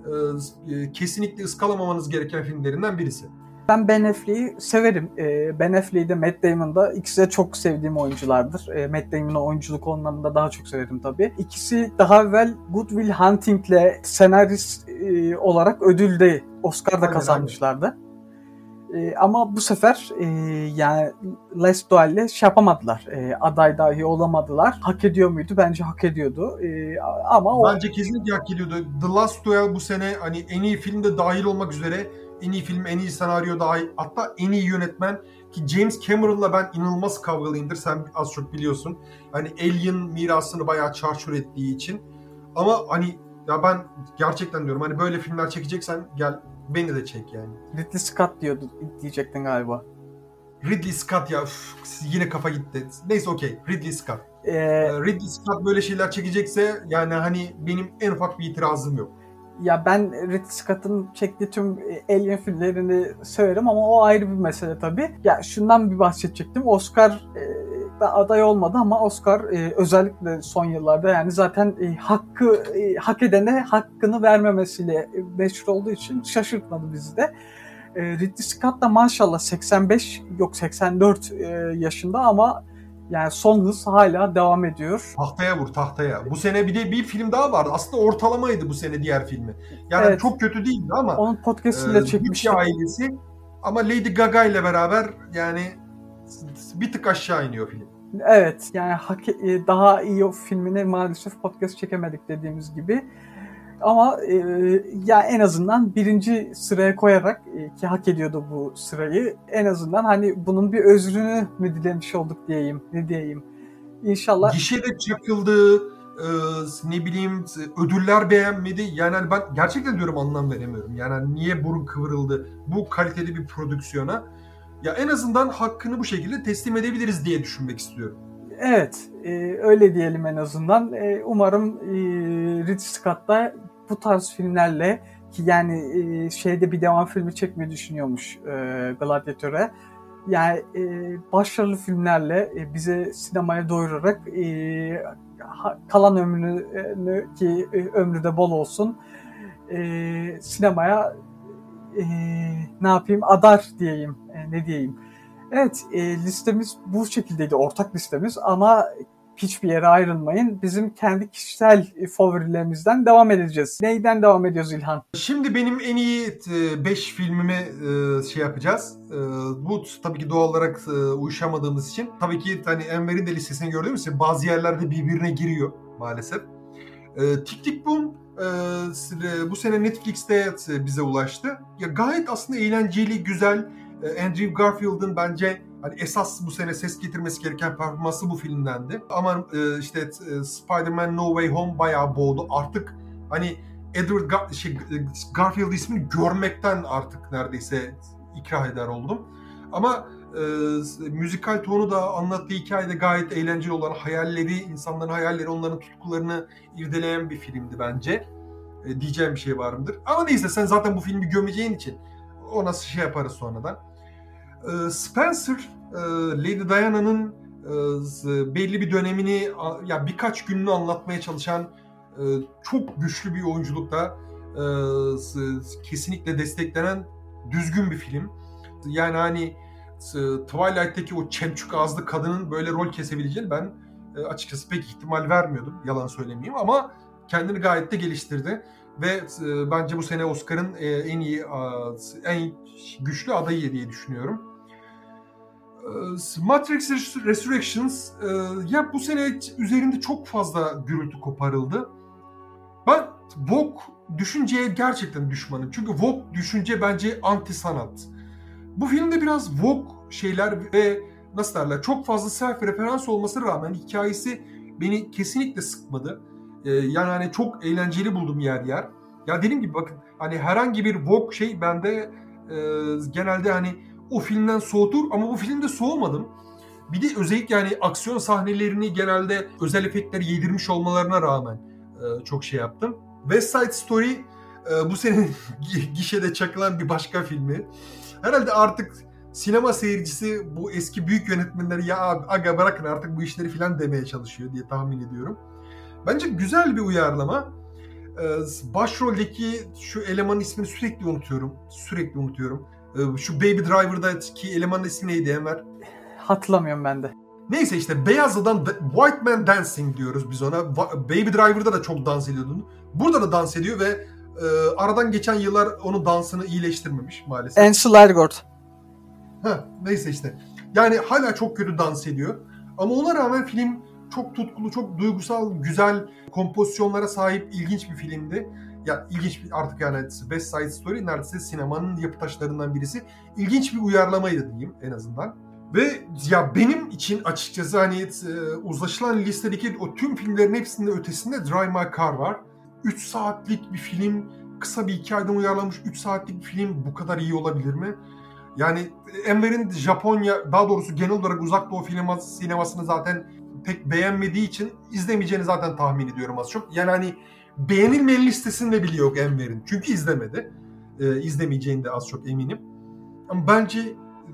e, kesinlikle ıskalamamanız gereken filmlerinden birisi. Ben Ben Affleck'i severim. E, Ben Affleck'i de Matt Damon'da ikisi de çok sevdiğim oyunculardır. E, Matt Damon'ı oyunculuk anlamında daha çok severim tabii. İkisi daha evvel Good Will Hunting'le senarist e, olarak ödülde Oscar'da kazanmışlardı. E, ama bu sefer e, yani Last Duel'le şey yapamadılar. E, aday dahi olamadılar. Hak ediyor muydu? Bence hak ediyordu. E, ama o... Bence kesinlikle hak ediyordu. The Last Duel bu sene hani en iyi filmde dahil olmak üzere en iyi film, en iyi senaryo dahil, hatta en iyi yönetmen ki James Cameron'la ben inanılmaz kavgalıyımdır. Sen az çok biliyorsun. Hani Alien mirasını bayağı çarçur ettiği için. Ama hani ya ben gerçekten diyorum hani böyle filmler çekeceksen gel beni de çek yani. Ridley Scott diyordu, diyecektin galiba. Ridley Scott ya üf, yine kafa gitti. Neyse okey Ridley Scott. Ee, Ridley Scott böyle şeyler çekecekse yani hani benim en ufak bir itirazım yok. Ya ben Ridley Scott'ın çektiği tüm Alien filmlerini severim ama o ayrı bir mesele tabii. Ya şundan bir bahsedecektim. Oscar e, aday olmadı ama Oscar e, özellikle son yıllarda yani zaten e, hakkı e, hak edene hakkını vermemesiyle meşhur olduğu için şaşırtmadı bizi de. E, Ridley Scott da maşallah seksen beş yok seksen dört e, yaşında ama yani son hız hala devam ediyor. Tahtaya vur tahtaya. Bu sene bir de bir film daha vardı. Aslında ortalamaydı bu sene diğer filmi. Yani evet. Çok kötü değildi ama. Onun podcast'ini de çekmiştik. Bütçe ailesi ama Lady Gaga ile beraber yani bir tık aşağı iniyor film. Evet yani hak, daha iyi o filmini maalesef podcast çekemedik dediğimiz gibi. Ama e, ya en azından birinci sıraya koyarak e, ki hak ediyordu bu sırayı. En azından hani bunun bir özrünü mü dilemiş olduk diyeyim. Ne diyeyim. İnşallah. Gişede çakıldı, e, ne bileyim ödüller beğenmedi. Yani ben gerçekten diyorum anlam veremiyorum. Yani niye burun kıvrıldı bu kaliteli bir prodüksiyona? Ya en azından hakkını bu şekilde teslim edebiliriz diye düşünmek istiyorum. Evet, e, öyle diyelim en azından. E, umarım e, Ridley Scott da bu tarz filmlerle ki yani e, şeyde bir devam filmi çekmeyi düşünüyormuş e, Gladiator'a. Yani e, başarılı filmlerle e, bize sinemaya doyurarak e, kalan ömrünü ki e, ömrü de bol olsun e, sinemaya e, ne yapayım adar diyeyim e, ne diyeyim. Evet e, listemiz bu şekildeydi, ortak listemiz, ama hiçbir yere ayrılmayın. Bizim kendi kişisel favorilerimizden devam edeceğiz. Neyden devam ediyoruz İlhan? Şimdi benim en iyi beş filmimi şey yapacağız. Bu tabii ki doğal olarak uyuşamadığımız için. Tabii ki hani Enver'in de listesini gördüğümüz için bazı yerlerde birbirine giriyor maalesef. Tik Tik Boom bu sene Netflix'te bize ulaştı. Ya gayet aslında eğlenceli, güzel. Andrew Garfield'ın bence hani esas bu sene ses getirmesi gereken performansı bu filmdendi. Ama işte Spider-Man No Way Home bayağı boğdu. Artık hani Edward Gar- şey, Garfield ismini görmekten artık neredeyse ikrah eder oldum. Ama e, müzikal tonu da anlattığı hikayede gayet eğlenceli olan, hayalleri, insanların hayalleri, onların tutkularını irdeleyen bir filmdi bence. E, diyeceğim bir şey var mıdır? Ama neyse, sen zaten bu filmi gömeceğin için o nasıl şey yaparız sonradan. E, Spencer, e, Lady Diana'nın e, belli bir dönemini, ya birkaç gününü anlatmaya çalışan e, çok güçlü bir oyunculukla e, kesinlikle desteklenen düzgün bir film. Yani hani Twilight'teki o çemçük ağızlı kadının böyle rol kesebileceğini ben e, açıkçası pek ihtimal vermiyordum. Yalan söylemeyeyim, ama kendini gayet de geliştirdi. Ve e, bence bu sene Oscar'ın e, en iyi, e, en güçlü adayı diye düşünüyorum. E, Matrix Resurrections, e, ya bu sene üzerinde çok fazla gürültü koparıldı. Ben woke düşünceye gerçekten düşmanım. Çünkü woke düşünce bence anti sanat. Bu filmde biraz woke şeyler ve nasıl derler, çok fazla self referans olmasına rağmen hikayesi beni kesinlikle sıkmadı. Ee, yani hani çok eğlenceli buldum yer yer. Ya dediğim gibi bakın, hani herhangi bir woke şey bende e, genelde hani o filmden soğutur, ama bu filmde soğumadım. Bir de özellikle yani aksiyon sahnelerini genelde özel efektler yedirmiş olmalarına rağmen e, çok şey yaptım. West Side Story e, bu sene gişede çakılan bir başka filmi. Herhalde artık sinema seyircisi bu eski büyük yönetmenleri ya aga bırakın artık bu işleri filan demeye çalışıyor diye tahmin ediyorum. Bence güzel bir uyarlama. Ee, başroldeki şu elemanın ismini sürekli unutuyorum. Sürekli unutuyorum. Ee, şu Baby Driver'daki elemanın ismi neydi Enver? Hatırlamıyorum ben de. Neyse işte beyaz adam, White Man Dancing diyoruz biz ona. Baby Driver'da da çok dans ediyordu. Burada da dans ediyor ve e, aradan geçen yıllar onun dansını iyileştirmemiş maalesef. Ansel Elgort. Heh, neyse işte. Yani hala çok kötü dans ediyor. Ama ona rağmen film çok tutkulu, çok duygusal, güzel kompozisyonlara sahip ilginç bir filmdi. Ya ilginç bir, artık yani West Side Story neredeyse sinemanın yapı taşlarından birisi. İlginç bir uyarlamaydı diyeyim en azından. Ve ya benim için açıkçası hani e, uzlaşılan listedeki o tüm filmlerin hepsinin ötesinde Drive My Car var. üç saatlik bir film, kısa bir hikayeden uyarlanmış üç saatlik bir film bu kadar iyi olabilir mi? Yani Enver'in Japonya, daha doğrusu genel olarak Uzak Doğu sinemasını zaten pek beğenmediği için izlemeyeceğini zaten tahmin ediyorum az çok. Yani hani beğenilmeyen listesinde bile yok Enver'in. Çünkü izlemedi. Ee, izlemeyeceğini de az çok eminim. Ama bence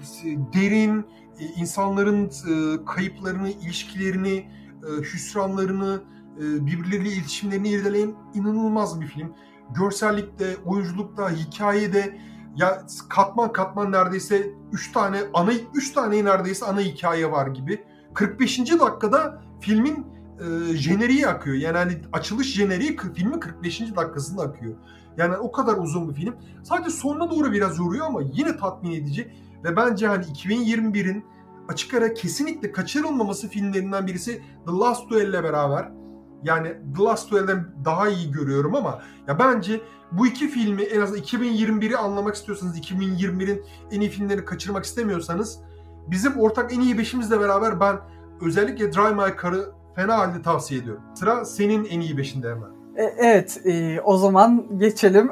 derin, insanların kayıplarını, ilişkilerini, hüsranlarını, birbirleriyle iletişimlerini irdeleyen inanılmaz bir film. Görsellikte, oyunculukta, hikayede, ya katman katman neredeyse üç tane ana üç tane neredeyse ana hikaye var gibi. kırk beşinci dakikada filmin e, jeneriği akıyor. Yani hani açılış jeneriği filmin kırk beşinci dakikasında akıyor. Yani o kadar uzun bir film. Sadece sonuna doğru biraz yoruyor ama yine tatmin edici ve bence hani iki bin yirmi birin açık ara kesinlikle kaçırılmaması filmlerinden birisi The Last Duel ile beraber. Yani The Last Duel'den daha iyi görüyorum ama ya bence bu iki filmi en azından iki bin yirmi biri anlamak istiyorsanız, iki bin yirmi birin en iyi filmlerini kaçırmak istemiyorsanız bizim ortak en iyi beşimizle beraber ben özellikle Drive My Car'ı fena halde tavsiye ediyorum. Sıra senin en iyi beşinde hemen. E, evet, e, o zaman geçelim.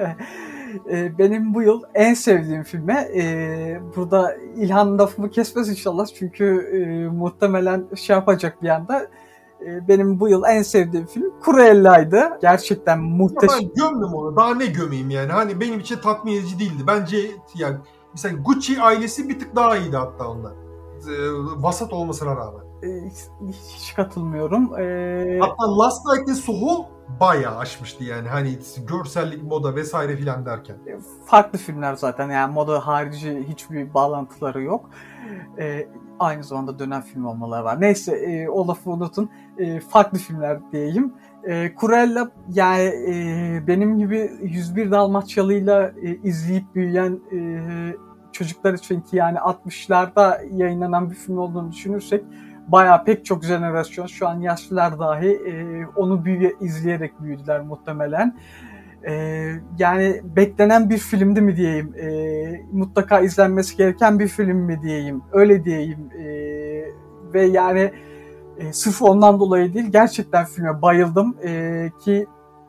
e, benim bu yıl en sevdiğim filme, e, burada İlhan lafımı kesmez inşallah çünkü e, muhtemelen şey yapacak bir anda. Benim bu yıl en sevdiğim film Cruella'ydı. Gerçekten muhteşem. Ben gömdüm onu. Daha ne gömeyim yani. Hani benim için tatmin edici değildi. Bence yani Mesela Gucci ailesi bir tık daha iyiydi hatta ondan. E, vasat olmasına rağmen. E, hiç katılmıyorum. E... Hatta Last Night in Soho bayağı aşmıştı yani. Hani görsellik, moda vesaire filan derken. Farklı filmler zaten. Yani moda harici hiçbir bağlantıları yok. E, aynı zamanda dönem film olmaları var. Neyse e, o lafı unutun. E, farklı filmler diyeyim. E, Cruella yani e, benim gibi yüz bir Dalmaçyalı'yla e, izleyip büyüyen e, çocuklar için ki yani altmışlarda yayınlanan bir film olduğunu düşünürsek bayağı pek çok jenerasyon şu an yaşlılar dahi e, onu büyüye, izleyerek büyüdüler muhtemelen. E, yani beklenen bir filmdi mi diyeyim, e, mutlaka izlenmesi gereken bir film mi diyeyim, öyle diyeyim e, ve yani e, sırf ondan dolayı değil gerçekten filme bayıldım e, ki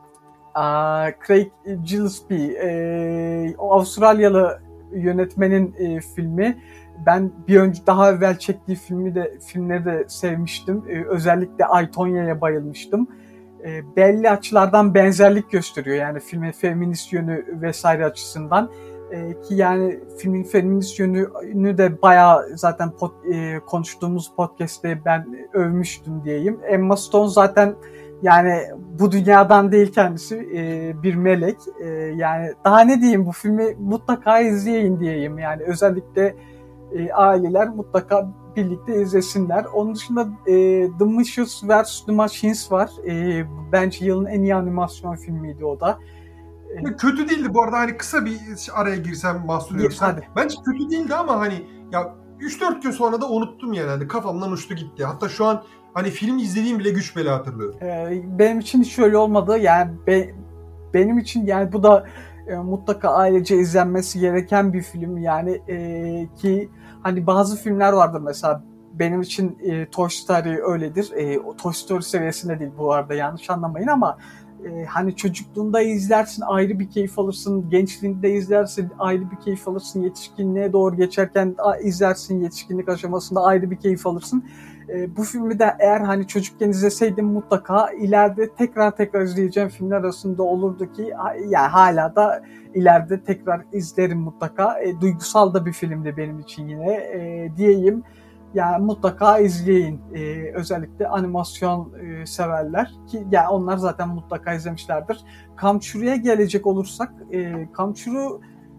a, Craig Gillespie e, o Avustralyalı yönetmenin e, filmi. Ben bir önce daha evvel çektiği filmi de filmleri de sevmiştim. Ee, özellikle Ay Tonya'ya bayılmıştım. Ee, belli açılardan benzerlik gösteriyor yani filmin feminist yönü vesaire açısından. Ee, ki yani filmin feminist yönünü de bayağı zaten pod, e, konuştuğumuz podcast'te ben övmüştüm diyeyim. Emma Stone zaten yani bu dünyadan değil kendisi e, bir melek. E, yani daha ne diyeyim, bu filmi mutlaka izleyin diyeyim yani özellikle E, aileler mutlaka birlikte izlesinler. Onun dışında e, The Mischievous versus. The Machines var. E, bence yılın en iyi animasyon filmiydi o da. E, kötü değildi bu arada, hani kısa bir araya girsem mahsur yoksam. Bence kötü değildi ama hani ya üç dört gün sonra da unuttum yani. Hani kafamdan uçtu gitti. Hatta şu an hani film izlediğim bile güç bela hatırlıyorum. E, benim için hiç öyle olmadı. Yani be, benim için yani bu da e, mutlaka ailece izlenmesi gereken bir film. Yani e, ki hani bazı filmler vardır mesela benim için e, Toy Story öyledir. E, o Toy Story seviyesinde değil bu arada, yanlış anlamayın ama e, hani çocukluğunda izlersin ayrı bir keyif alırsın, gençliğinde izlersin ayrı bir keyif alırsın, yetişkinliğe doğru geçerken izlersin, yetişkinlik aşamasında ayrı bir keyif alırsın. E, bu filmi de eğer hani çocukken izleseydim mutlaka ileride tekrar tekrar izleyeceğim filmler arasında olurdu ki yani hala da ileride tekrar izlerim mutlaka. E, duygusal da bir filmdi benim için yine e, diyeyim. Yani mutlaka izleyin. E, özellikle animasyon e, severler ki yani onlar zaten mutlaka izlemişlerdir. Come True'ya gelecek olursak e, Come True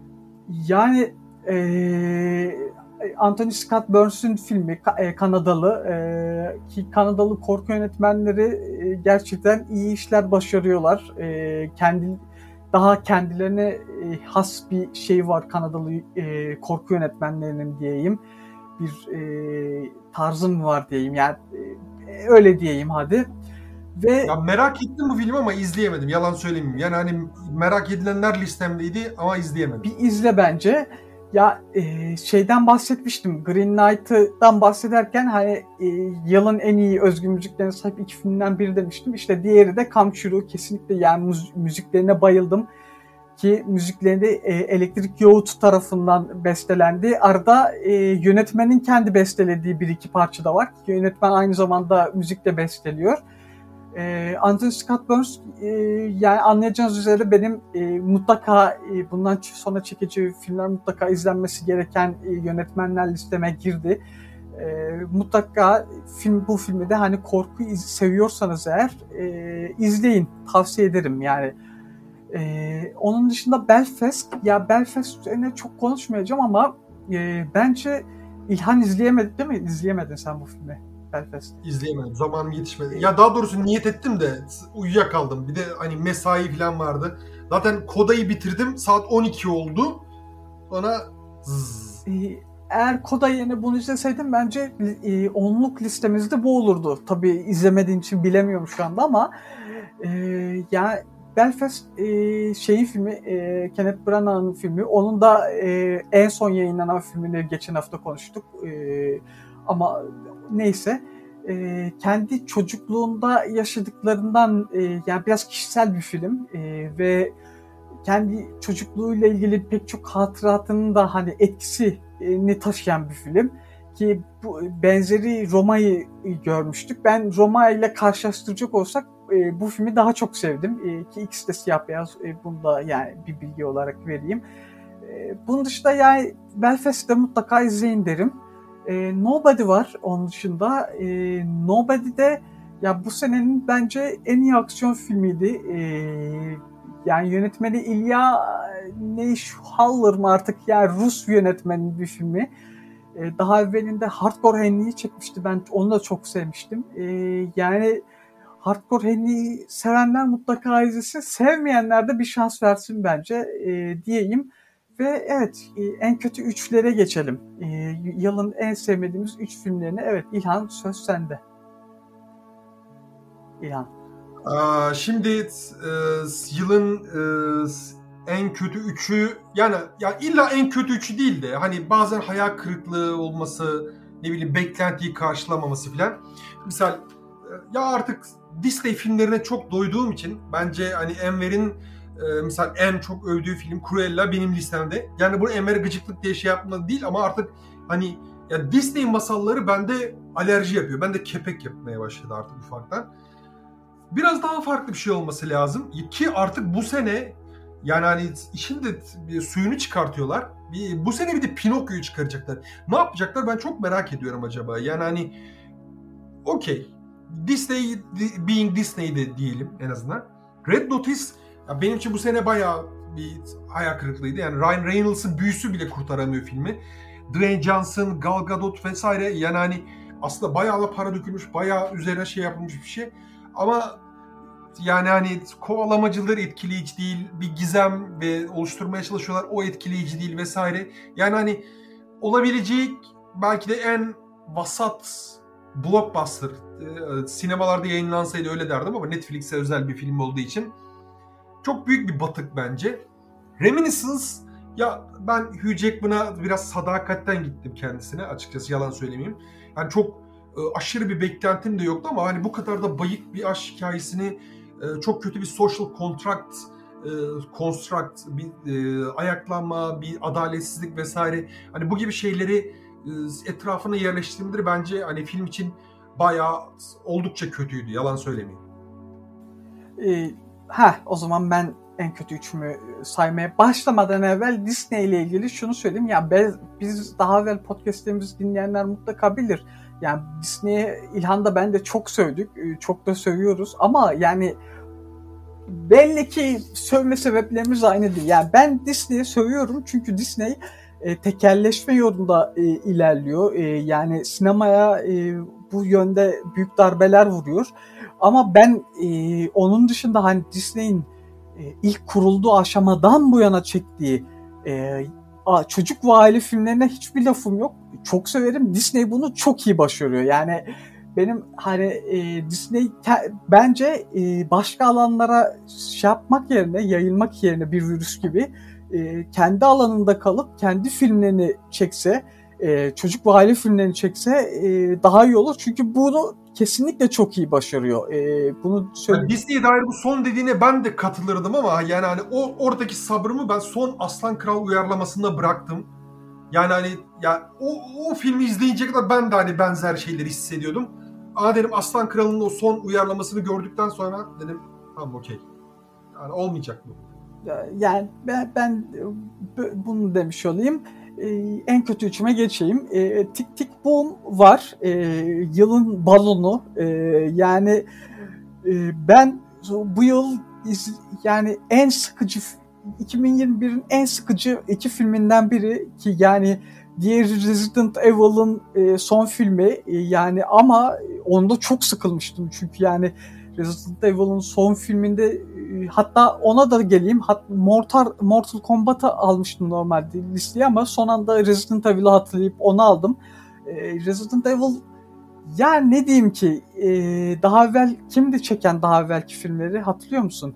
yani e, Anthony Scott Burns'ün filmi, Kanadalı ki Kanadalı korku yönetmenleri gerçekten iyi işler başarıyorlar. Kendi daha kendilerine has bir şey var Kanadalı korku yönetmenlerinin diyeyim. Bir tarzım var diyeyim. Yani öyle diyeyim hadi. Ve ya merak ettim bu filmi ama izleyemedim. Yalan söylemeyeyim. Yani hani merak edilenler listemdeydi ama izleyemedim. Bir izle bence. Ya e, şeyden bahsetmiştim. Green Knight'dan bahsederken hani e, yılın en iyi özgün müziklerine sahip iki filmden biri demiştim. İşte diğeri de Come True. Kesinlikle yani müz- müziklerine bayıldım. Ki müziklerinde e, Elektrik Yoğurt tarafından bestelendi. Arada e, yönetmenin kendi bestelediği bir iki parça da var. Yönetmen aynı zamanda müzik de besteliyor. E, Anthony Scott Burns e, yani anlayacağınız üzere benim e, mutlaka e, bundan sonra çekeceği filmler mutlaka izlenmesi gereken e, yönetmenler listeme girdi. E, mutlaka film bu filmi de hani korku iz- seviyorsanız eğer e, izleyin, tavsiye ederim yani. E, onun dışında Belfast, ya Belfast üzerine çok konuşmayacağım ama e, bence İlhan izleyemedi değil mi? İzleyemedin sen bu filmi. Belfast. İzleyemedim. Zamanım yetişmedi. Ya daha doğrusu niyet ettim de uyuyakaldım. Bir de hani mesai falan vardı. Zaten Koda'yı bitirdim. Saat on iki oldu. Sonra zzz. Eğer Koda yerine bunu izleseydim bence e, onluk listemizde bu olurdu. Tabii izlemediğim için bilemiyorum şu anda ama e, yani Belfast e, şeyin filmi, e, Kenneth Branagh'ın filmi. Onun da e, en son yayınlanan filmini geçen hafta konuştuk. E, ama neyse. E, kendi çocukluğunda yaşadıklarından e, yani biraz kişisel bir film e, ve kendi çocukluğuyla ilgili pek çok hatıratının da hani etkisini taşıyan bir film ki bu benzeri Roma'yı görmüştük. Ben Roma ile karşılaştıracak olsak e, bu filmi daha çok sevdim e, ki ikisi de siyah beyaz. E, bunu da yani bir bilgi olarak vereyim. E, bunun dışında yani Belfast'te mutlaka izleyin derim. E, Nobody var onun dışında. E, Nobody'de ya bu senenin bence en iyi aksiyon filmiydi. E, yani yönetmeni İlya Neşhaller mı artık, yani Rus yönetmenin bir filmi. E, daha evvelinde Hardcore Henry'i çekmişti. Ben onu da çok sevmiştim. E, yani Hardcore Henry'i sevenler mutlaka izlesin. Sevmeyenler de bir şans versin bence e, diyeyim. Ve evet, e, en kötü üçlere geçelim. E, yılın en sevmediğimiz üç filmlerine. Evet İlhan, söz sende. İlhan. Aa, şimdi e, yılın e, en kötü üçü, yani ya illa en kötü üçü değil de hani bazen hayal kırıklığı olması, ne bileyim beklentiyi karşılamaması filan. Misal e, ya artık Disney filmlerine çok doyduğum için bence hani Enver'in e, misal en çok övdüğü film Cruella benim listemde. Yani bu Enver gıcıklık diye şey yapmadı değil ama artık hani ya Disney masalları bende alerji yapıyor. Bende kepek yapmaya başladı artık ufaktan. Biraz daha farklı bir şey olması lazım ki artık bu sene yani hani işin de bir suyunu çıkartıyorlar. Bir, bu sene bir de Pinokyo'yu çıkaracaklar. Ne yapacaklar ben çok merak ediyorum acaba. Yani hani okey, Disney being Disney'de diyelim en azından. Red Notice ya benim için bu sene bayağı bir hayal kırıklığıydı. Yani Ryan Reynolds'ın büyüsü bile kurtaramıyor filmi. Dwayne Johnson, Gal Gadot vesaire, yani hani aslında bayağı da para dökülmüş, bayağı üzerine şey yapılmış bir şey. Ama yani hani kovalamacılar etkileyici değil, bir gizem ve oluşturmaya çalışıyorlar, o etkileyici değil vesaire. Yani hani olabilecek belki de en vasat blockbuster, e, sinemalarda yayınlansaydı öyle derdim ama Netflix'e özel bir film olduğu için çok büyük bir batık bence. Reminiscence, ya ben Hugh Jackman'a biraz sadakatten gittim kendisine, açıkçası yalan söylemeyeyim. Yani çok e, aşırı bir beklentim de yoktu ama hani bu kadar da bayık bir aşk hikayesini, e, çok kötü bir social contract, e, construct, bir e, ayaklanma, bir adaletsizlik vesaire, hani bu gibi şeyleri e, etrafına yerleştirmeleri bence hani film için bayağı oldukça kötüydü, yalan söylemeyeyim. Ee, ha o zaman ben en kötü üçümü saymaya başlamadan evvel Disney ile ilgili şunu söyleyeyim. Ya ben, biz daha evvel podcastlerimizi dinleyenler mutlaka bilir. Yani Disney'e İlhan da ben de çok sövdük. Çok da sövüyoruz. Ama yani belli ki sövme sebeplerimiz aynı değil. Yani ben Disney'e sövüyorum çünkü Disney e, tekelleşme yolunda e, ilerliyor. E, yani sinemaya e, bu yönde büyük darbeler vuruyor. Ama ben e, onun dışında hani Disney'in e, ilk kurulduğu aşamadan bu yana çektiği e, a, çocuk ve aile filmlerine hiçbir lafım yok. Çok severim. Disney bunu çok iyi başarıyor. Yani benim hani e, Disney te, bence e, başka alanlara şey yapmak yerine, yayılmak yerine bir virüs gibi e, kendi alanında kalıp kendi filmlerini çekse, e, çocuk ve aile filmlerini çekse e, daha iyi olur. Çünkü bunu kesinlikle çok iyi başarıyor. E, bunu söyleyeyim. Yani Disney'e dair bu son dediğine ben de katılırdım ama yani hani o oradaki sabrımı ben son Aslan Kral uyarlamasında bıraktım. Yani hani ya o, o filmi izleyince kadar ben de hani benzer şeyleri hissediyordum. Ama dedim Aslan Kralı'nın o son uyarlamasını gördükten sonra dedim tamam okey. Yani olmayacak bu. Yani ben, ben bunu demiş olayım. Ee, en kötü üçüme geçeyim. Ee, Tik Tik Boom var. Ee, yılın balonu. Ee, yani e, ben bu yıl iz, yani en sıkıcı iki bin yirmi birin en sıkıcı iki filminden biri ki yani diğer Resident Evil'ın e, son filmi e, yani ama onda çok sıkılmıştım çünkü yani Resident Evil'ın son filminde e, hatta ona da geleyim hat, Mortal, Mortal Kombat'ı almıştım normalde listeye ama son anda Resident Evil'ı hatırlayıp onu aldım. E, Resident Evil yani ne diyeyim ki e, daha evvel kimdi çeken daha evvelki filmleri hatırlıyor musun?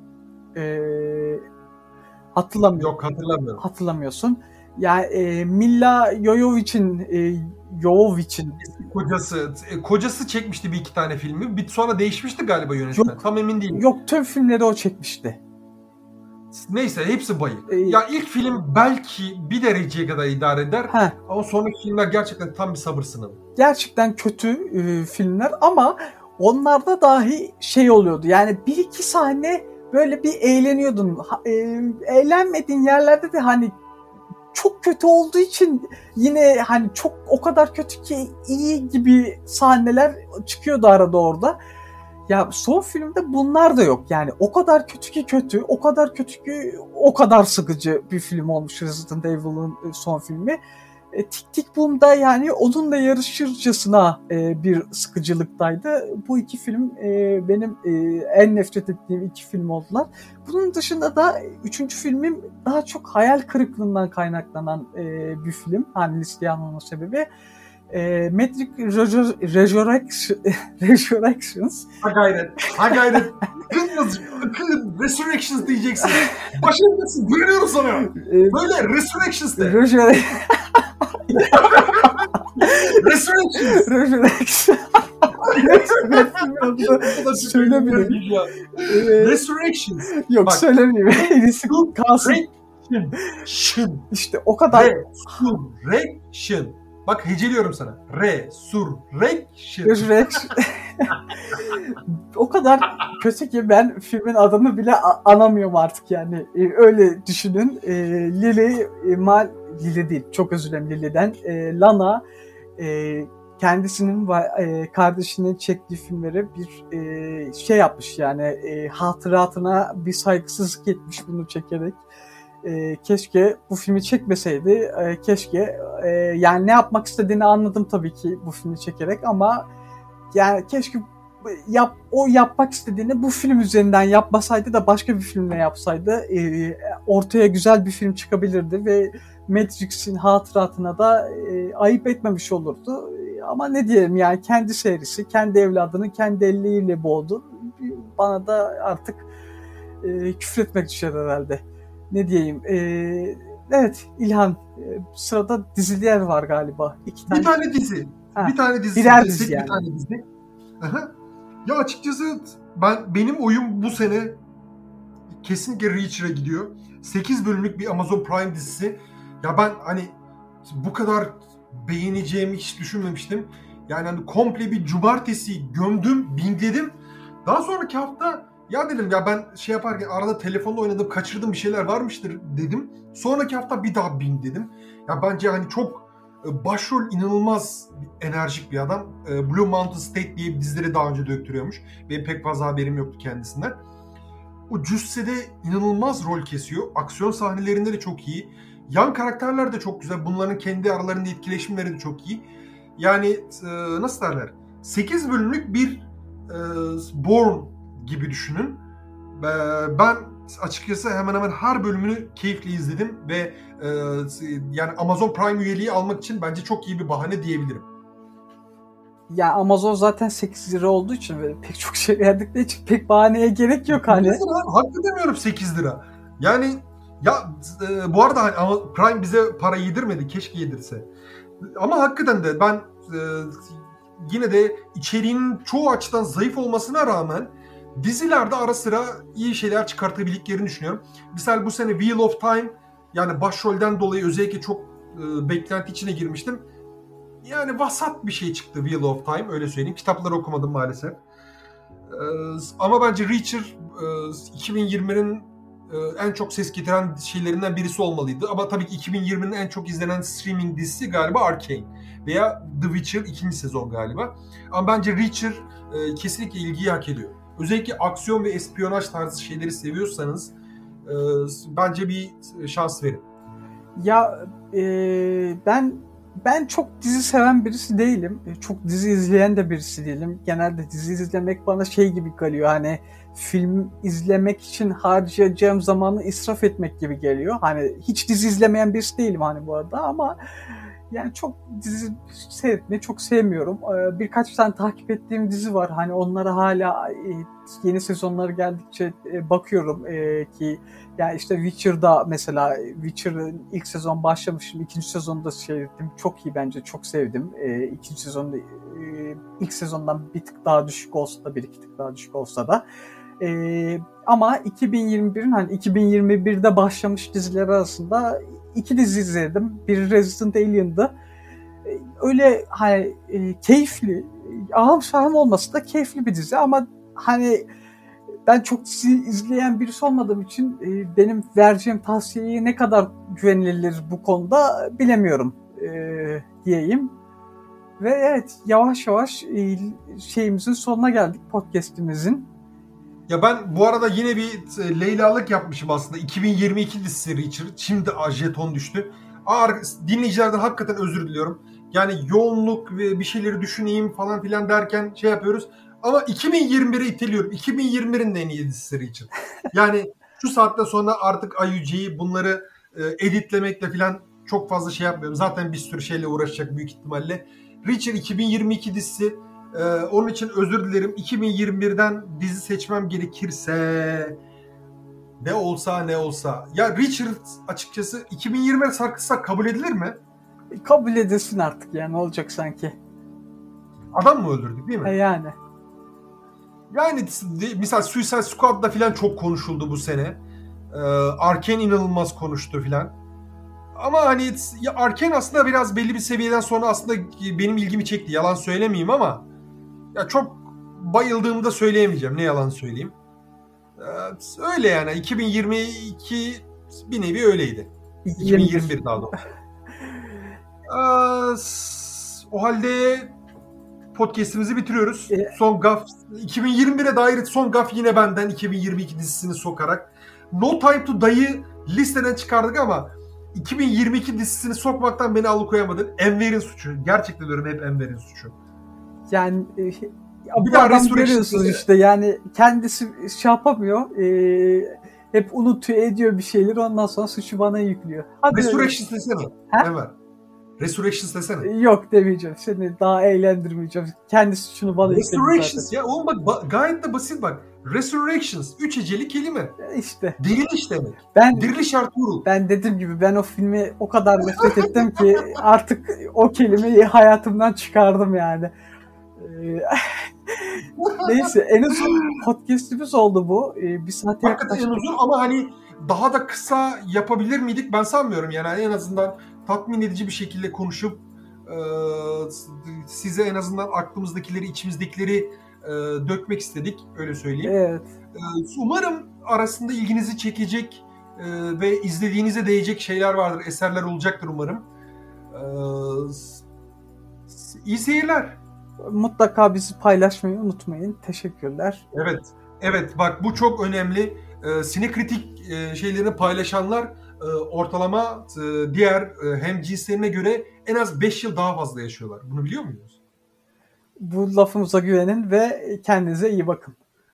Eee Hatırlamıyorum. Yok hatırlamıyorum. Hatırlamıyorsun. Yani e, Milla Jovovic'in e, Jovovic'in kocası e, kocası çekmişti bir iki tane filmi. Bir sonra değişmişti galiba yönetmen. Yok, Tam emin değilim. Yok, tüm filmleri o çekmişti. Neyse hepsi bayık. Ee, ya ilk film belki bir dereceye kadar idare eder. Heh. Ama sonraki filmler gerçekten tam bir sabır sınavı. Gerçekten kötü e, filmler ama onlarda dahi şey oluyordu. Yani bir iki sahne böyle bir eğleniyordun. Ha, e, eğlenmediğin yerlerde de hani çok kötü olduğu için yine hani çok o kadar kötü ki iyi gibi sahneler çıkıyordu arada orada. Ya son filmde bunlar da yok. Yani o kadar kötü ki kötü, o kadar kötü ki o kadar sıkıcı bir film olmuş Resident Evil'ın son filmi. E, Tick Tick Boom'da yani onunla yarışırcasına e, bir sıkıcılıktaydı. Bu iki film e, benim e, en nefret ettiğim iki film oldular. Bunun dışında da üçüncü filmim daha çok hayal kırıklığından kaynaklanan e, bir film. Hani listeye almamın sebebi. E, Matrix Resurrection, Resurrections. Ha gayret, ha gayret. Kın yazık, kın. Resurrections diyeceksin. Başarılısın, güveniyorum sana. Böyle Resurrections de. Resurrections. Resurrections. Resurrections. Söylemeyeyim. Resurrections. Yok Bak, söylemeyeyim. Edisi kalsın. Resurrection. İşte o kadar. Resurrection. Bak heceliyorum sana. Resurrection. Resurrection. O kadar kötü ki ben filmin adını bile anamıyorum artık yani. Ee, öyle düşünün. Ee, Lily, e, Mal, Lily değil. Çok özür dilerim Lily'den. Ee, Lana e, kendisinin ve e, kardeşinin çektiği filmleri bir e, şey yapmış yani e, hatıratına bir saygısızlık etmiş bunu çekerek. E, keşke bu filmi çekmeseydi. E, keşke e, yani ne yapmak istediğini anladım tabii ki bu filmi çekerek ama yani keşke yap, o yapmak istediğini bu film üzerinden yapmasaydı da başka bir filmle yapsaydı e, ortaya güzel bir film çıkabilirdi ve Matrix'in hatıratına da e, ayıp etmemiş olurdu. E, ama ne diyelim yani kendi serisi, kendi evladını kendi elleriyle boğdu. Bana da artık e, küfretmek düşer herhalde. Ne diyeyim? E, evet İlhan, e, sırada diziler var galiba. İki tane. Bir tane dizi. Ha, bir tane dizi. Birer dizi yani. Bir tane dizi. Aha. Ya açıkçası ben benim oyum bu sene kesinlikle Reacher'a gidiyor. sekiz bölümlük bir Amazon Prime dizisi. Ya ben hani bu kadar beğeneceğimi hiç düşünmemiştim. Yani hani komple bir cumartesi gömdüm, bingledim. Daha sonraki hafta ya dedim ya ben şey yaparken arada telefonla oynadım, kaçırdım bir şeyler varmıştır dedim. Sonraki hafta bir daha bing dedim. Ya bence hani çok başrol inanılmaz enerjik bir adam. Blue Mountain State diye bir dizileri daha önce döktürüyormuş. Benim pek fazla haberim yoktu kendisinden. O cüssede inanılmaz rol kesiyor. Aksiyon sahnelerinde de çok iyi. Yan karakterler de çok güzel. Bunların kendi aralarında etkileşimleri de çok iyi. Yani nasıl derler? sekiz bölümlük bir e, Bourne gibi düşünün. Ben açıkçası hemen hemen her bölümünü keyifle izledim ve e, yani Amazon Prime üyeliği almak için bence çok iyi bir bahane diyebilirim. Ya Amazon zaten sekiz lira olduğu için ve pek çok şey verdikleri için pek bahaneye gerek yok hani. Hakkı demiyorum sekiz lira. Yani ya e, bu arada hani Prime bize para yedirmedi. Keşke yedirse. Ama hakikaten de ben e, yine de içeriğinin çoğu açıdan zayıf olmasına rağmen dizilerde ara sıra iyi şeyler çıkartabildiklerini düşünüyorum. Misal bu sene Wheel of Time yani başrolden dolayı özellikle çok e, beklenti içine girmiştim. Yani vasat bir şey çıktı Wheel of Time öyle söyleyeyim. Kitapları okumadım maalesef. E, ama bence Reacher e, iki bin yirminin e, en çok ses getiren şeylerinden birisi olmalıydı. Ama tabii ki iki bin yirminin en çok izlenen streaming dizisi galiba Arcane veya The Witcher ikinci sezon galiba. Ama bence Reacher e, kesinlikle ilgiyi hak ediyor. Özellikle aksiyon ve espiyonaj tarzı şeyleri seviyorsanız e, bence bir şans verin. Ya e, ben ben çok dizi seven birisi değilim. Çok dizi izleyen de birisi değilim. Genelde dizi izlemek bana şey gibi geliyor. Hani film izlemek için harcayacağım zamanı israf etmek gibi geliyor. Hani hiç dizi izlemeyen birisi değilim hani bu arada ama yani çok dizi seyretmeyi çok sevmiyorum. Birkaç tane takip ettiğim dizi var. Hani onlara hala yeni sezonları geldikçe bakıyorum ki yani işte Witcher'da mesela Witcher'ın ilk sezon başlamışım. İkinci sezonda seyrettim. Çok iyi bence. Çok sevdim. İkinci sezonda ilk sezondan bir tık daha düşük olsa da bir iki tık daha düşük olsa da ama iki bin yirmi birin hani iki bin yirmi birde başlamış diziler arasında iki dizi izledim. Biri Resident Alien'dı. Öyle hani e, keyifli, ahım şahım olması da keyifli bir dizi ama hani ben çok dizi izleyen birisi olmadığım için e, benim vereceğim tavsiyeyi ne kadar güvenilir bu konuda bilemiyorum e, diyeyim. Ve evet, yavaş yavaş e, şeyimizin sonuna geldik, podcast'imizin. Ya ben bu arada yine bir e, Leyla'lık yapmışım aslında. iki bin yirmi iki dizisi Reacher. Şimdi jeton düştü. Aa, dinleyicilerden hakikaten özür diliyorum. Yani yoğunluk ve bir şeyleri düşüneyim falan filan derken şey yapıyoruz. Ama iki bin yirmi bire iteliyorum. iki bin yirmi birin en iyi dizisi Reacher. Yani şu saatten sonra artık I U G'yi bunları e, editlemekle filan çok fazla şey yapmıyorum. Zaten bir sürü şeyle uğraşacak büyük ihtimalle. Reacher iki bin yirmi iki dizisi. Ee, onun için özür dilerim. iki bin yirmi birden dizi seçmem gerekirse ne olsa ne olsa. Ya Richard açıkçası iki bin yirmiye sarkıtsak kabul edilir mi? Kabul edilsin artık yani, olacak sanki. Adam mı öldürdük değil mi? E yani. Yani mesela Suicide Squad'da filan çok konuşuldu bu sene. Ee, Arkane inanılmaz konuştu filan. Ama hani ya Arkane aslında biraz belli bir seviyeden sonra aslında benim ilgimi çekti. Yalan söylemeyeyim ama ya çok bayıldığımı da söyleyemeyeceğim. Ne yalan söyleyeyim. Ee, öyle yani. iki bin yirmi iki bir nevi öyleydi. iki bin yirmi bir daha doğrusu. Ee, o halde podcast'imizi bitiriyoruz. Son gaf iki bin yirmi bire dair son gaf yine benden, iki bin yirmi iki dizisini sokarak. No Time to Die'yi listeden çıkardık ama iki bin yirmi iki dizisini sokmaktan beni alıkoyamadın. Enver'in suçu. Gerçekten diyorum, hep Enver'in suçu. Yani e, bir bu adam görüyorsunuz işte, yani kendisi şey yapamıyor. E, hep unutuyor, ediyor bir şeyleri, ondan sonra suçu bana yüklüyor. Hadi Resurrection desene. Enver. Resurrection desene. Yok demeyeceğim. Seni daha eğlendirmeyeceğim. Kendi suçunu bana yükledi zaten. Resurrections ya oğlum bak ba- gayet de basit bak. Resurrections. Üç heceli kelime. İşte. Diriliş demek. Ben, Diriliş Ertuğrul. Ben dediğim gibi ben o filmi o kadar nefret ettim ki artık o kelimeyi hayatımdan çıkardım yani. Neyse, en uzun podcast'imiz oldu bu. Ee, bir saate Hakikaten en uzun ama hani daha da kısa yapabilir miydik ben sanmıyorum. Yani en azından tatmin edici bir şekilde konuşup e, size en azından aklımızdakileri, içimizdekileri e, dökmek istedik. Öyle söyleyeyim. Evet. E, umarım arasında ilginizi çekecek e, ve izlediğinize değecek şeyler vardır. Eserler olacaktır umarım. E, iyi seyirler. Mutlaka bizi paylaşmayı unutmayın. Teşekkürler. Evet. Evet bak bu çok önemli. E, sinekritik e, şeylerini paylaşanlar e, ortalama e, diğer e, hemcinslerine göre en az beş yıl daha fazla yaşıyorlar. Bunu biliyor muydunuz? Bu lafımıza güvenin ve kendinize iyi bakın.